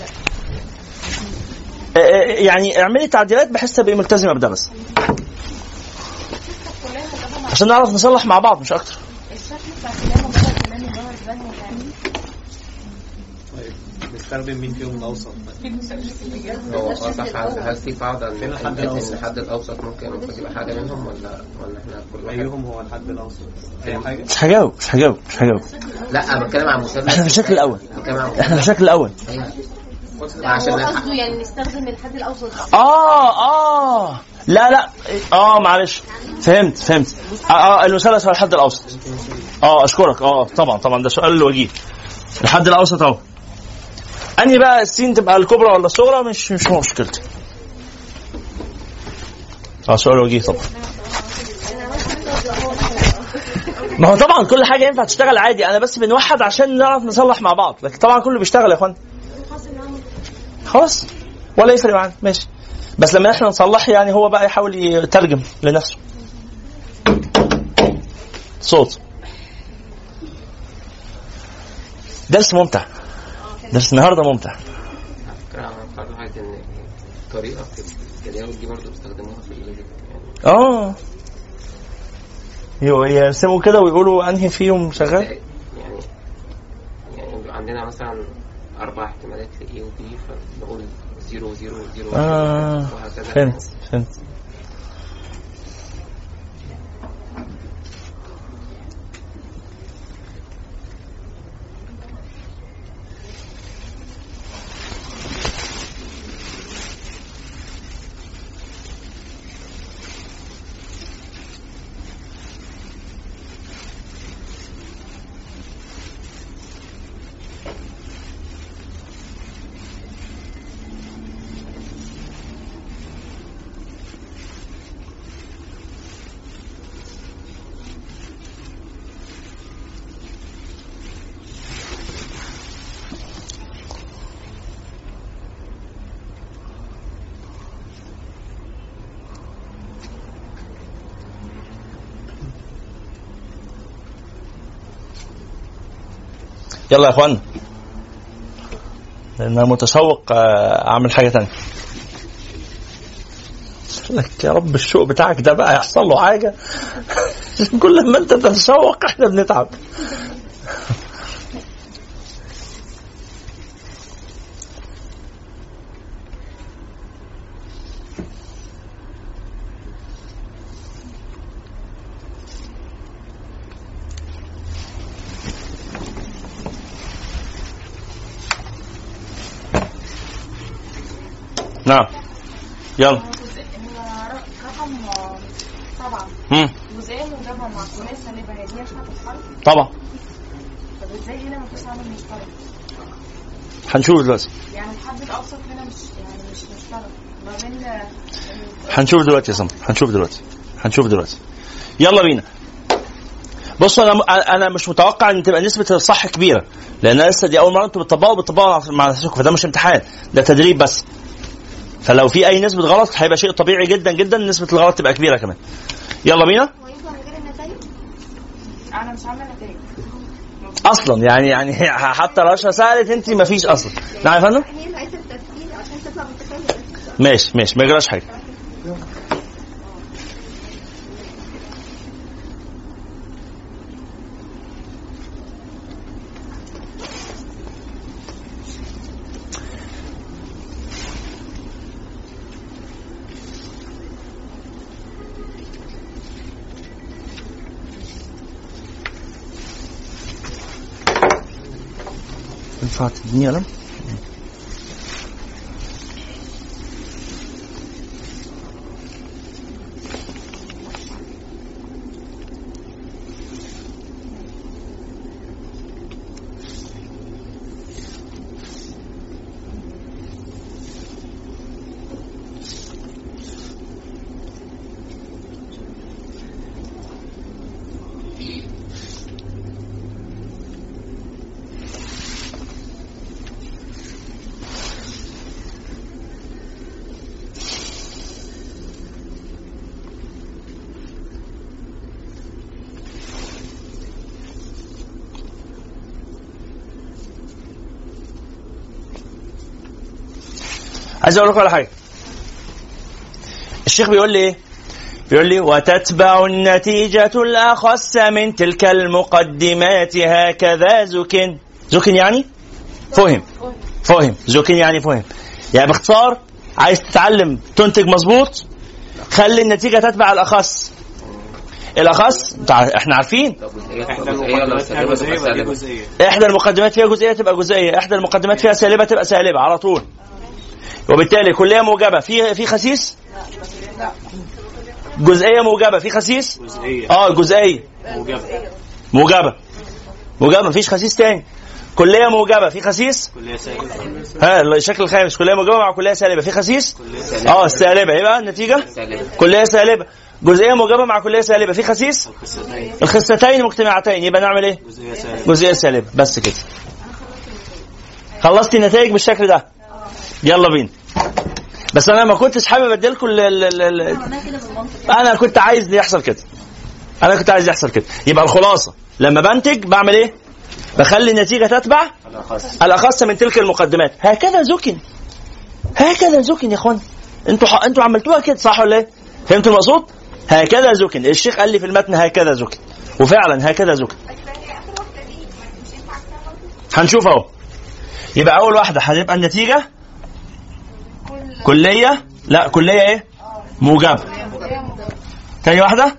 يعني اعملي تعديلات بحيث تبقي ملتزمه بده بس عشان نعرف نصلح مع بعض مش اكتر. نستخدم مين فيهم الاوسط؟ هو صح. هل في قاعده ان الحد الاوسط ممكن يبقى حاجه منهم ولا احنا كل واحد ايهم هو الحد الاوسط؟ اي حاجه. مش هجاوب. لا انا بتكلم عن المثلث. احنا في الشكل الاول. عشان قصده يعني نستخدم الحد الاوسط. لا معلش فهمت. المثلث هو الحد الاوسط. اشكرك. طبعا ده سؤال وجيه. الحد الاوسط اهو. اني بقى السين تبقى الكبرى ولا الصغرى مش مشكلتي. سؤال وجيه طبعا. ما هو طبعا كل حاجه ينفع تشتغل عادي، انا بس بنوحد عشان نعرف نصلح مع بعض، لكن طبعا كله بيشتغل يا اخوان. خلاص ولا يفرق معانا ماشي، بس لما احنا نصلح يعني هو بقى يحاول يترجم لنفسه. صوت درس ممتع، درس النهارده ممتع. طريقه في الجداول دي برضه بيستخدموها في الليفل يعني يرسموا كده ويقولوا انهي فيهم شغال. يعني عندنا مثلا 4 احتمالات ل A و B، فبقول 0 0 0 وهكذا. فهمت. يلا يا اخوانا، لان انا متشوق اعمل حاجه تانية. لك يا رب الشوق بتاعك ده بقى يحصل له حاجه. كل ما انت تتشوق احنا بنتعب. نعم يلا. رقم 7 جزئيه موجبه مع كليه سالبه هي دي مش هتتحل طبعا. طب ازاي هنا مفيش عامل مشترك؟ هنشوف دلوقتي. يعني الحد الاوسط هنا مش مشترك ما بين هنشوف دلوقتي يا سمر، هنشوف دلوقتي. يلا بينا. بصوا انا مش متوقع ان تبقى نسبه الصح كبيره، لان لسه دي اول مره انتوا بتطبقوا مع نفسكم، فده مش امتحان، ده تدريب بس. فلو في اي نسبه غلط هيبقى شيء طبيعي جدا جدا نسبه الغلط تبقى كبيره كمان. يلا بينا. انا مش عامله نتائج اصلا يعني حتى رشا سالت انت ما فيش اصلا. نعم يا فندم. هي عايزه التفكير عشان تطلع متكامله. ماشي ما يجراش حاجه. ينفع تديني قلم؟ عايز اقول لكم على حاجه. الشيخ بيقول لي ايه؟ بيقول لي وتتبع النتيجه الاخص من تلك المقدمات هكذا زكن. زكن يعني فهم. زكن يعني فهم. يعني باختصار عايز تتعلم تنتج مظبوط، خلي النتيجه تتبع الاخص. الاخص احنا عارفين احدى المقدمات فيها جزئيه تبقى جزئيه، احدى المقدمات فيها سالبه تبقى سالبه على طول. وبالتالي كليه موجبه في خسيس، جزئيه موجبه في خسيس، جزئيه موجبه مفيش خسيس تاني. كليه موجبه في خسيس، الشكل الخامس كليه موجبه مع كليه سالبه في خسيس، السالبه يبقى النتيجه كليه سالبه. جزئيه موجبه مع كليه سالبه في خسيس، الخستين مجتمعتين، يبقى نعمل ايه؟ جزئيه سالبه. بس كده خلصتي النتائج بالشكل ده. يلا بينا. بس انا ما كنتش حابب اديلكم انا كنت عايز يحصل كده. يبقى الخلاصه لما بنتج بعمل ايه؟ بخلي النتيجه تتبع الاخص من تلك المقدمات. هكذا زكن يا اخوان. انتوا عملتوها كده صح ولا ايه؟ فهمتوا المقصود؟ هكذا زكن. الشيخ قال لي في المتن هكذا زكن، وفعلا هكذا زكن. هنشوف اهو. يبقى اول واحده هتبقى النتيجه كليه، لا كليه ايه؟ موجبه. تاني واحده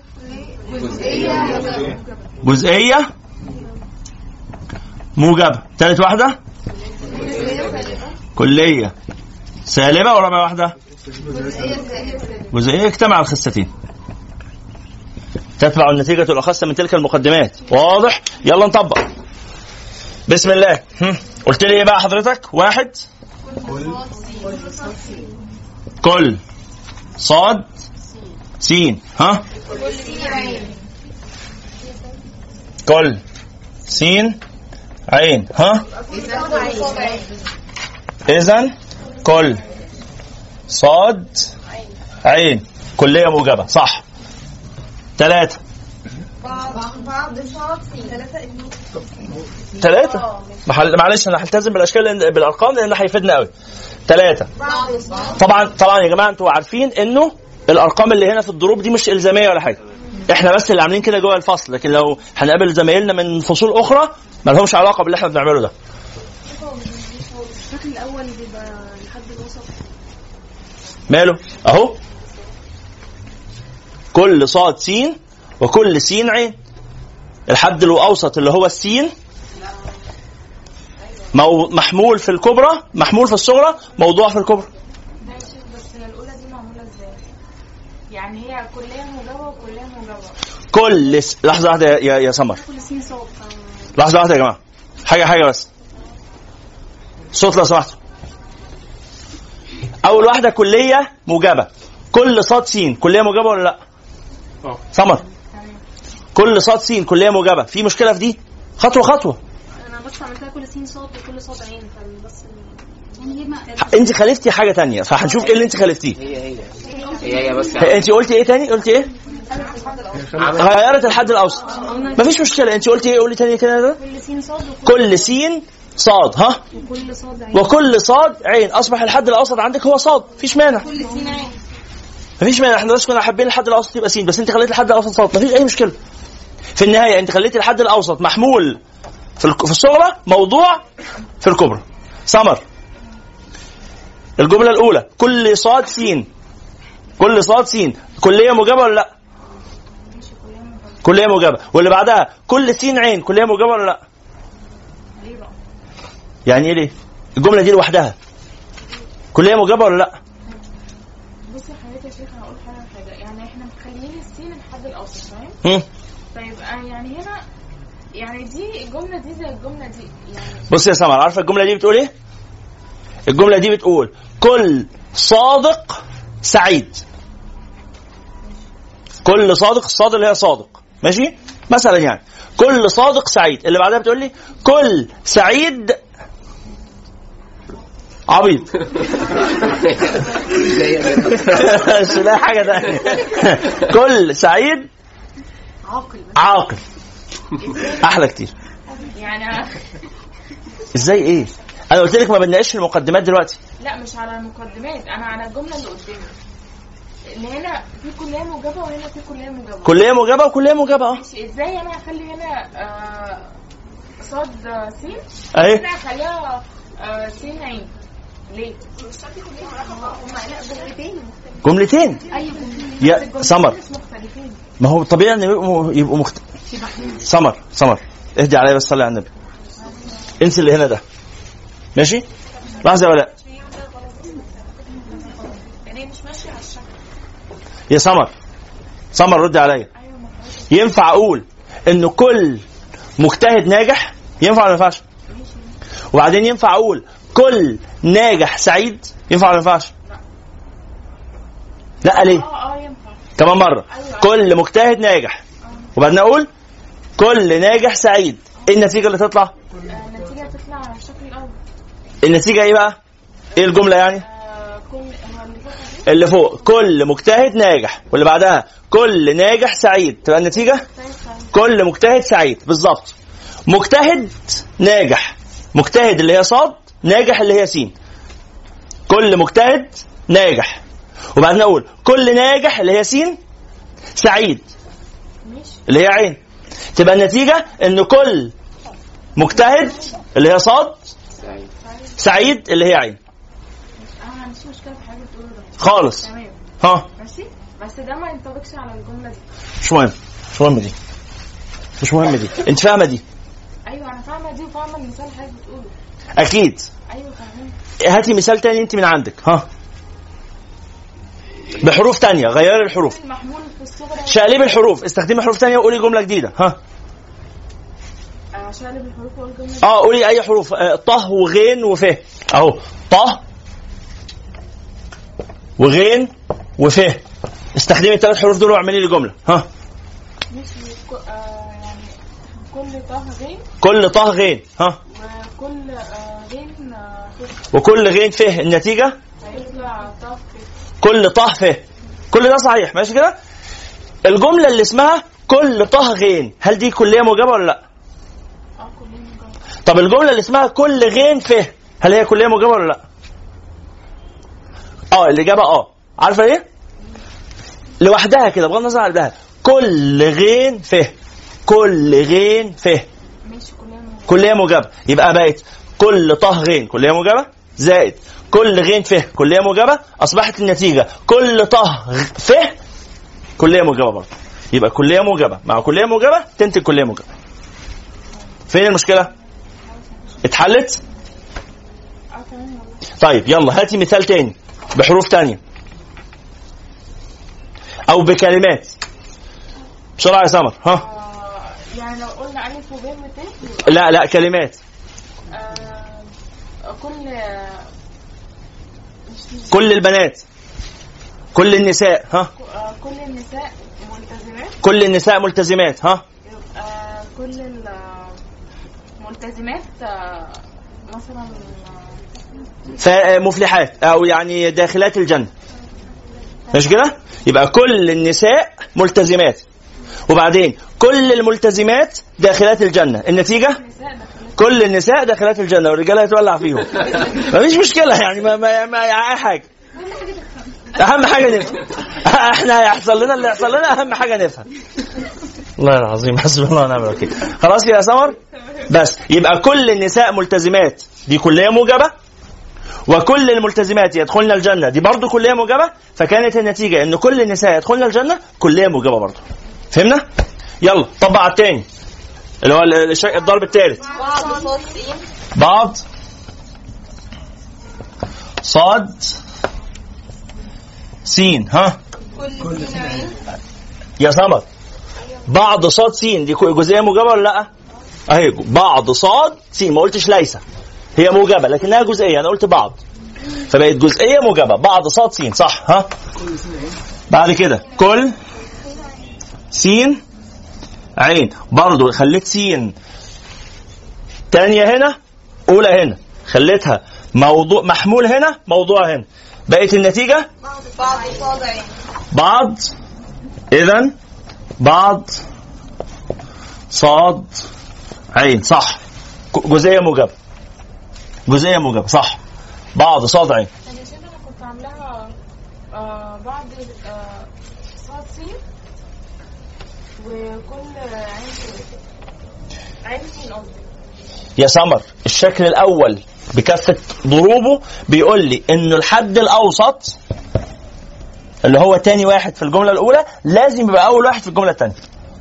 جزئيه موجبه. تالت واحده كليه سالبه. ورابع واحده جزئيه اجتمع الخستين. تتبع النتيجه الاخص من تلك المقدمات. واضح؟ يلا نطبق. بسم الله. قلت لي ايه بقى حضرتك؟ واحد كل صاد سين. كل سين عين. إذن كل صاد عين كلية موجبة. صح. 3 معلش انا هلتزم بالارقام لان هيفيدنا قوي. 3 طبعا يا جماعه انتوا عارفين انه الارقام اللي هنا في الضروب دي مش الزاميه ولا حاجه، احنا بس اللي عاملين كده جوه الفصل، لكن لو هنقابل زمايلنا من فصول اخرى ما لهمش علاقه باللي احنا بنعمله ده. الشكل الاول بيبقى لحد الوسط ماله اهو. كل صاد سين وكل سين عين. الحد الاوسط اللي هو السين محمول في الكبرى، محمول في الصغرى، موضوع في الكبرى. بس الاولى دي معموله ازاي؟ يعني هي كلية موجبة وكلية موجبة. لحظة واحدة يا سمر، كل سين صوت. لحظة واحدة يا جماعة، حاجة بس صوت لو سمحتوا. أول واحدة كلية موجبة، كل صاد سين كلية موجبة ولا لأ؟ سمر، كل صاد سين كلية موجبة، في مشكلة في دي؟ خطوة. انا بس عملتها كل سين صوت وكل صوت عين، فبس انت خالفتي حاجة تانية، فهنشوف ايه اللي انت خالفتيه. هي بس انت قلتي ايه تاني؟ قلتي ايه؟ غيرت الحد الأوسط، مفيش مشكلة. انت قلتي ايه؟ قولي تاني كده. ده كل سين صاد ها وكل صاد عين، اصبح الحد الاوسط عندك هو صاد، مفيش مانع. مفيش مانع، احنا بس كنا حابين الحد الاوسط يبقى سين، بس انت خليتي الحد الاوسط صاد، مفيش اي مشكله. في النهايه انت خليتي الحد الاوسط محمول في الصغرى، موضوع في الكبرى. سمر، الجمله الاولى كل صاد سين، كل صاد سين كليه موجبه ولا لا؟ كليه موجبه. واللي بعدها كل سين عين كليه موجبه ولا لا؟ يعني ايه ليه؟ الجمله دي لوحدها كليه موجبه ولا لا؟ بصي يا حضرتك يا شيخ، هقول حاجه، يعني احنا مخليين السين الحد الاوسط، فاهم؟ طيب يعني هنا يعني دي الجمله دي زي الجمله دي يعني. بصي يا سمر، عارفه الجمله دي بتقول ايه؟ الجمله دي بتقول كل صادق سعيد. كل صادق، الصاد اللي هي صادق، ماشي؟ مثلا يعني كل صادق سعيد. اللي بعدها بتقول لي كل سعيد عبيط. مش لا حاجه ثانيه. كل سعيد عاقل. احلى كتير. يعني ازاي ايه؟ انا قلت لك ما بنناقش المقدمات دلوقتي. لا مش على المقدمات، انا على الجمله اللي قدامي، اللي هنا في كليه موجبه وهنا في كليه موجبه. كليه موجبه وكليه موجبه. ماشي، ازاي انا اخلي هنا صاد سين اهي هنا اخليها سين عين؟ ليه؟ جملتين يا سمر. ما هو طبيعي ان يبقوا مختلفين. سمر اهدي عليا بس، صلي على النبي، انسى اللي هنا ده، ماشي؟ لحظه ولا يعني مش ماشي على الشكل يا سمر ردي عليا. ينفع اقول انه كل مجتهد ناجح؟ ينفع ولا ما ينفعش؟ وبعدين ينفع اقول كل ناجح سعيد؟ ينفع ولا ما ينفعش؟ لا ليه؟ ينفع كمان مره. كل مجتهد ناجح، وبعدين اقول كل ناجح سعيد. ايه النتيجه اللي تطلع؟ النتيجه تطلع على الشكل الاول. النتيجه ايه بقى؟ ايه الجمله يعني؟ اللي فوق كل مجتهد ناجح، واللي بعدها كل ناجح سعيد، تبقى النتيجه كل مجتهد سعيد. بالظبط. مجتهد ناجح، مجتهد اللي هي صاد، ناجح اللي هي سين. كل مجتهد ناجح، وبعدين اقول كل ناجح اللي هي سين سعيد اللي هي عين. تبقى النتيجه ان كل مجتهد اللي هي صاد سعيد اللي هي عين. انا ما عنديش مشكله في حاجه بتقوله ده خالص. تمام. ها ماشي، بس ده ما ينطبقش على الجمله دي. مش مهم دي. انت فاهمه دي؟ ايوه انا فاهمه دي وفاهمه المثال اللي حضرتك بتقوله. اكيد. ايوه فاهمه. هاتي مثال تاني انت من عندك. ها بحروف تانية، غيري الحروف، شقلب الحروف، استخدمي حروف تانية وقولي جملة جديدة. ها شقلب الحروف وقولي جملة. قولي اي حروف. طه وغين وفه. اهو طه وغين وفه، استخدمي الثلاث حروف دول واعملي لي جملة. ها يعني كل طه غين. كل طه غين. ها وكل غين فه. وكل غين فه. النتيجة هيطلع طه فه. كل طه فه. كل ده صحيح، ماشي كده. الجملة اللي اسمها كل طه غين، هل دي كلية موجبة ولا لا؟ كلية موجبة. طب الجملة اللي اسمها كل غين فه، هل هي كلية موجبة ولا لا؟ الإجابة عارفة ايه؟ لوحدها كده بغض النظر عن قبلها. كل غين فه. كل غين فه ماشي كلية موجبة. يبقى بقت كل طه غين كلية موجبة زائد كل غين فه كلية موجبة. أصبحت النتيجة كل طه فه كلية موجبة برضه. يبقى كلية موجبة مع كلية موجبة تنتج كلية موجبة. فين المشكلة؟ اتحلت؟ طيب يلا هاتي مثال تاني بحروف تانية. او بكلمات. بسرعه يا سمر. ها يعني لو قلنا ألف وب 200. لا كلمات. كل البنات، كل النساء. ها كل النساء ملتزمات. كل النساء ملتزمات. ها كل الملتزمات مثلا مفلحات او يعني داخلات الجنة، مش كده؟ يبقى كل النساء ملتزمات، وبعدين كل الملتزمات داخلات الجنة. النتيجة كل النساء داخلات الجنة والرجال هيتولع فيهم. مفيش مشكلة يعني، ما أي حاجة. أهم حاجة نفهم. احنا هيحصل لنا اللي يحصل لنا، أهم حاجة نفهم. الله العظيم، حسبي الله ونعم الوكيل. خلاص يا سمر؟ بس يبقى كل النساء ملتزمات دي كلية موجبة، وكل الملتزمات يدخلن الجنة دي برضو كلية موجبة. فكانت النتيجة ان كل النساء يدخلن الجنة كلية موجبة برضو. فهمنا؟ يلا طبق على التاني اللي هو الضرب الثالث. بعض صاد سين. ها يا سمر، بعض صاد سين دي جزئية موجبة ولا لا؟ اهي بعض صاد سين، ما قلتش ليس، هي موجبة لكنها جزئية، انا قلت بعض فبقت جزئية موجبة. بعض صاد سين صح. ها بعد كده كل سين عين، برضو خليت سين تانية هنا، أولى هنا، خليتها موضوع محمول هنا، موضوع هنا، بقت النتيجة بعض. إذن بعض صاد عين صح، جزئية موجبة، جزئية موجبة صح. بعض صاد عين. أنا كنت عاملاها بعض صاد سين وكل عين سين قصدي. يا سمر الشكل الأول بكافة ضروبه بيقول لي إنه الحد الأوسط اللي هو تاني واحد في الجملة الأولى لازم يبقى أول واحد في الجملة التانية.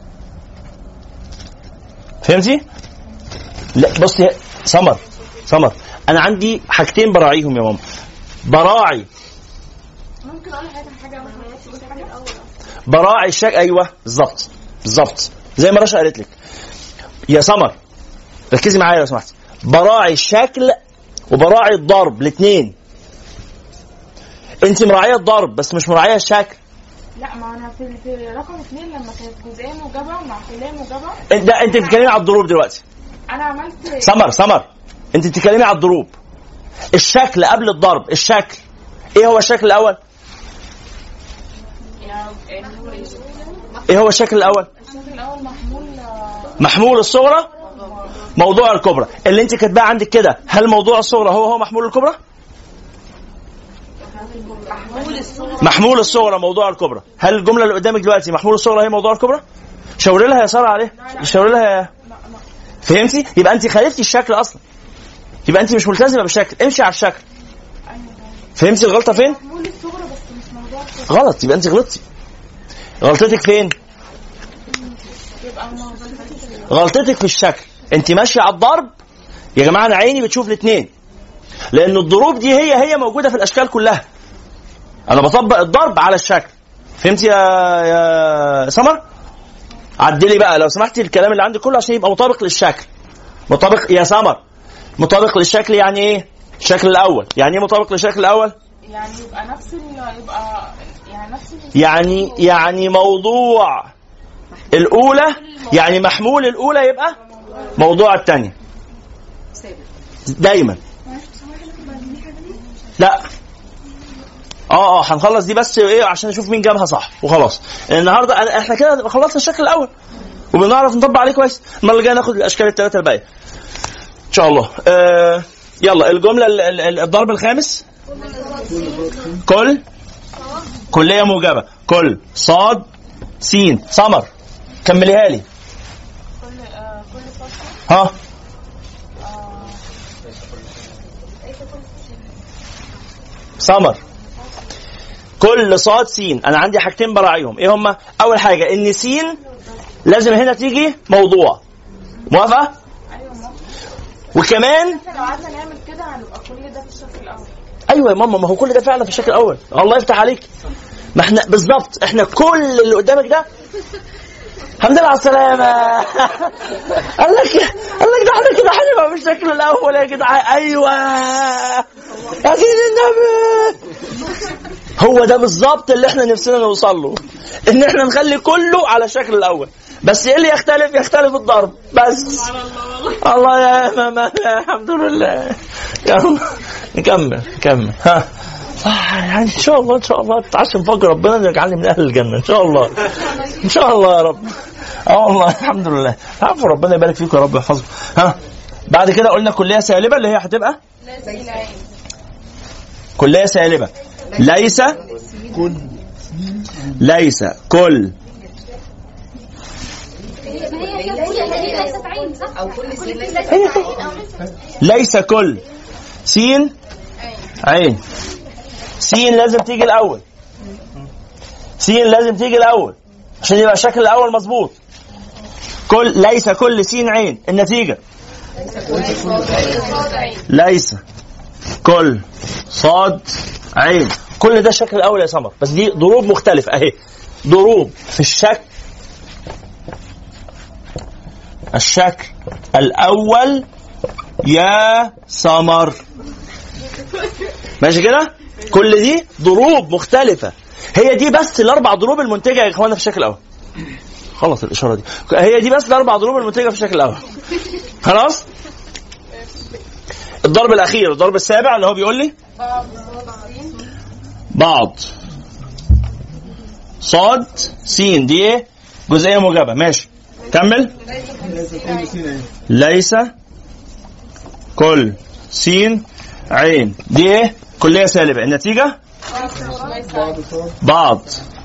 فهمتي؟ لا بص يا سمر، أنا عندي حاجتين براعيهم يا ماما. براعي ممكن أقول حاجة براعي الشكل. أيوة بالظبط زي ما رشا قالت لك يا سمر، ركزي معايا لو سمحتي. براعي الشكل وبراعي الضرب الاثنين. انت مراعيه الضرب بس مش مراعيه الشكل. لا ما انا في رقم 2 لما كانت جزئيه موجبه مع كليه موجبه. ده انت بتتكلمي على الضروب دلوقتي. انا عملت سمر انت بتتكلمي على الضروب. الشكل قبل الضرب، الشكل ايه هو الشكل الاول؟ ايه هو الشكل الاول؟ الشكل الاول محمول الصغرى موضوع الكبرى. اللي انت كاتباه عندك كده، هل موضوع الصغرى هو محمول الكبرى؟ محمول الصغرى موضوع الكبرى. هل الجمله اللي قدامك دلوقتي محمول الصغرى هي موضوع الكبرى؟ شاوري لها يا ساره عليه، شاوري لها. فهمتي؟ يبقى انت خالفتي الشكل اصلا، يبقى انت مش ملتزمه بالشكل، امشي على الشكل. فهمتي الغلطه فين؟ غلط، يبقى انت غلطتي. غلطتك فين؟ غلطتك في الشكل. انت ماشيه على الضرب يا جماعه، انا عيني بتشوف الاثنين، لان الضروب دي هي موجوده في الاشكال كلها. انا بطبق الضرب على الشكل. فهمتي يا سمر؟ عدلي بقى لو سمحتي الكلام اللي عندك كله عشان يبقى مطابق للشكل. مطابق يا سمر، مطابق للشكل يعني ايه؟ الشكل الاول يعني ايه مطابق للشكل الاول؟ يعني يبقى نفس يعني موضوع الاولى، يعني محمول الاولى يبقى موضوع الثانيه دايما. لا هنخلص دي بس ايه عشان نشوف مين جابها صح وخلاص. النهارده احنا كده خلصنا الشكل الاول وبنعرف نطبق عليه كويس. المره اللي جايه ناخد الاشكال الثلاثه الباقيه ان شاء الله. يلا الجمله الضرب الخامس. كليه موجبه. كل صاد سين. سمر كمليها لي. ها سمر كل صاد سين. انا عندي حاجتين براعيهم، ايه هما؟ اول حاجه ان سين لازم هنا تيجي موضوع. موافقه؟ وكمان لو قعدنا نعمل كده هنبقى كل ده في الشكل الاول. ايوه يا ماما، ما هو كل ده فعلا في الشكل الاول. الله يفتح عليك. ما احنا بالظبط، احنا كل اللي قدامك ده الحمد لله على السلامة. قال لك ده احنا كده هنبقى بالشكل الأول يا جدعان. أيوة يا سيدي النبي، هو ده بالظبط اللي احنا نفسنا نوصل له، إن احنا نخلي كله على الشكل الأول. بس ايه اللي يختلف الضرب بس. الله يا ماما، الحمد لله. نكمل ها. يعني ان شاء الله تعالش نفكر ربنا ان يجعلني من اهل الجنه ان شاء الله يا رب. والله الحمد لله. عفوا، ربنا يبارك فيكم يا رب يحفظكم. ها بعد كده قلنا كليه سالبه اللي هي هتبقى كليه سالبه. ليس كل ليس كل سين عين. سين لازم تيجي الأول عشان يبقى الشكل الأول مظبوط. ليس كل سين عين. النتيجة ليس كل صاد عين. كل ده الشكل الأول يا سمر، بس دي ضروب مختلفة اهي. ضروب في الشكل الأول يا سمر. ماشي كده؟ كل دي ضروب مختلفة. هي دي بس الأربع ضروب المنتجة يا إخوانا في الشكل الأول. خلص الإشارة دي. هي دي بس الأربع ضروب المنتجة في الشكل الأول. خلاص؟ الضرب الأخير، الضرب السابع اللي هو بيقول لي بعض صاد سين. دي إيه؟ جزئية موجبة. ماشي كمل. ليس كل سين عين. دي إيه؟ كلية سالبة. النتيجة بعض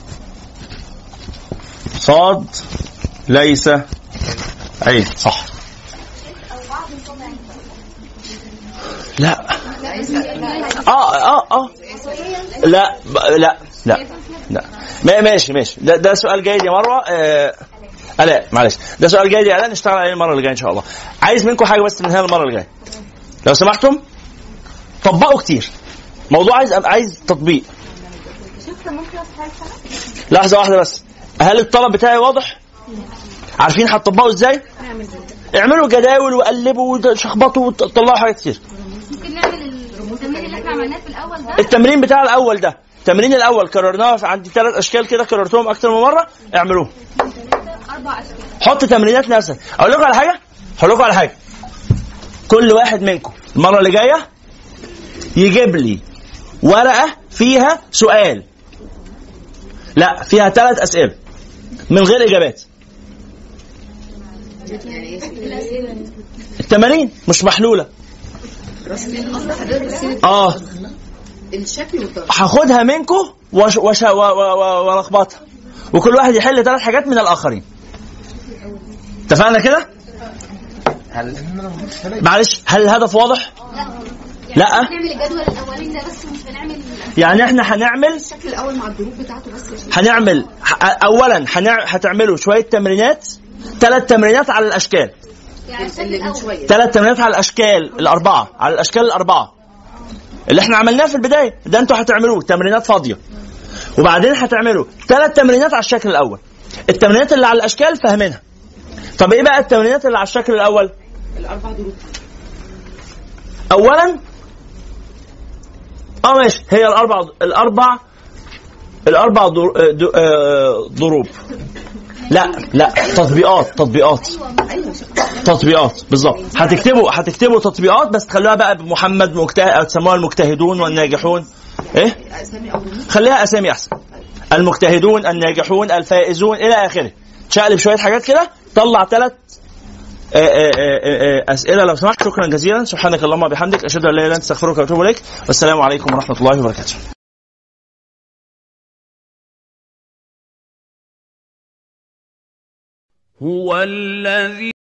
صاد ليس عين. صح. لا لا ماشي ده سؤال جيد يا مروة. لا معلش، ده سؤال جيد يا نشتغل عليه المرة اللي جاية إن شاء الله. عايز منكم حاجة بس من هنا المرة اللي جاية لو سمحتم، طبقوا كتير. موضوع عايز تطبيق. لحظة واحدة بس. هل الطلب بتاعي واضح؟ عارفين هتطبقوا ازاي؟ اعملوا جداول وقلبوا وشخبطوا وطلعوا حاجات كتير. ممكن نعمل التمرين اللي احنا عملناه في الاول ده. التمرين بتاع الاول ده، التمرين الاول كررناه عندي 3 اشكال كده، كررتهم اكتر من مرة. اعملوه 4 أشكال. حط تمرينات نفسك. اقول لكم على حاجة. كل واحد منكم المرة اللي جاية يجيب لي ورقة فيها سؤال، لا فيها 3 أسئلة من غير إجابات. التمارين مش محلولة. هاخدها منكم ولخبطها، وكل واحد يحل 3 حاجات من الآخرين. اتفقنا كده؟ معلش، هل الهدف واضح؟ لا هنعمل الجدول الاولاني ده بس، مش هنعمل يعني احنا هنعمل الشكل الاول مع الضروب بتاعته بس. هنعمل اولا هتعملوا شويه تمرينات، 3 تمرينات على الاشكال، يعني 3 تمرينات على الاشكال الاربعه، على الاشكال الاربعه اللي احنا عملناه في البدايه ده. انتوا هتعملوه تمرينات فاضيه، وبعدين هتعملوا 3 تمرينات على الشكل الاول. التمرينات اللي على الاشكال فاهمينها. طب ايه بقى التمرينات اللي على الشكل الاول؟ الاربع ضروب. اولا ماشي، هي الاربع ضروب. لا تطبيقات بالظبط. هتكتبوا تطبيقات، بس تخلوها بقى بمحمد مجتهد، او تسموها المجتهدون والناجحون. ايه، خليها اسامي احسن. المجتهدون، الناجحون، الفائزون، الى اخره. تشقلب شويه حاجات كده، طلع 3 أسئلة لو سمحت. شكرا جزيلا. سبحانك اللهم وبحمدك، أشهد أن لا إله إلا أنت، أستغفرك وأتوب إليك. والسلام عليكم ورحمة الله وبركاته. هو الذي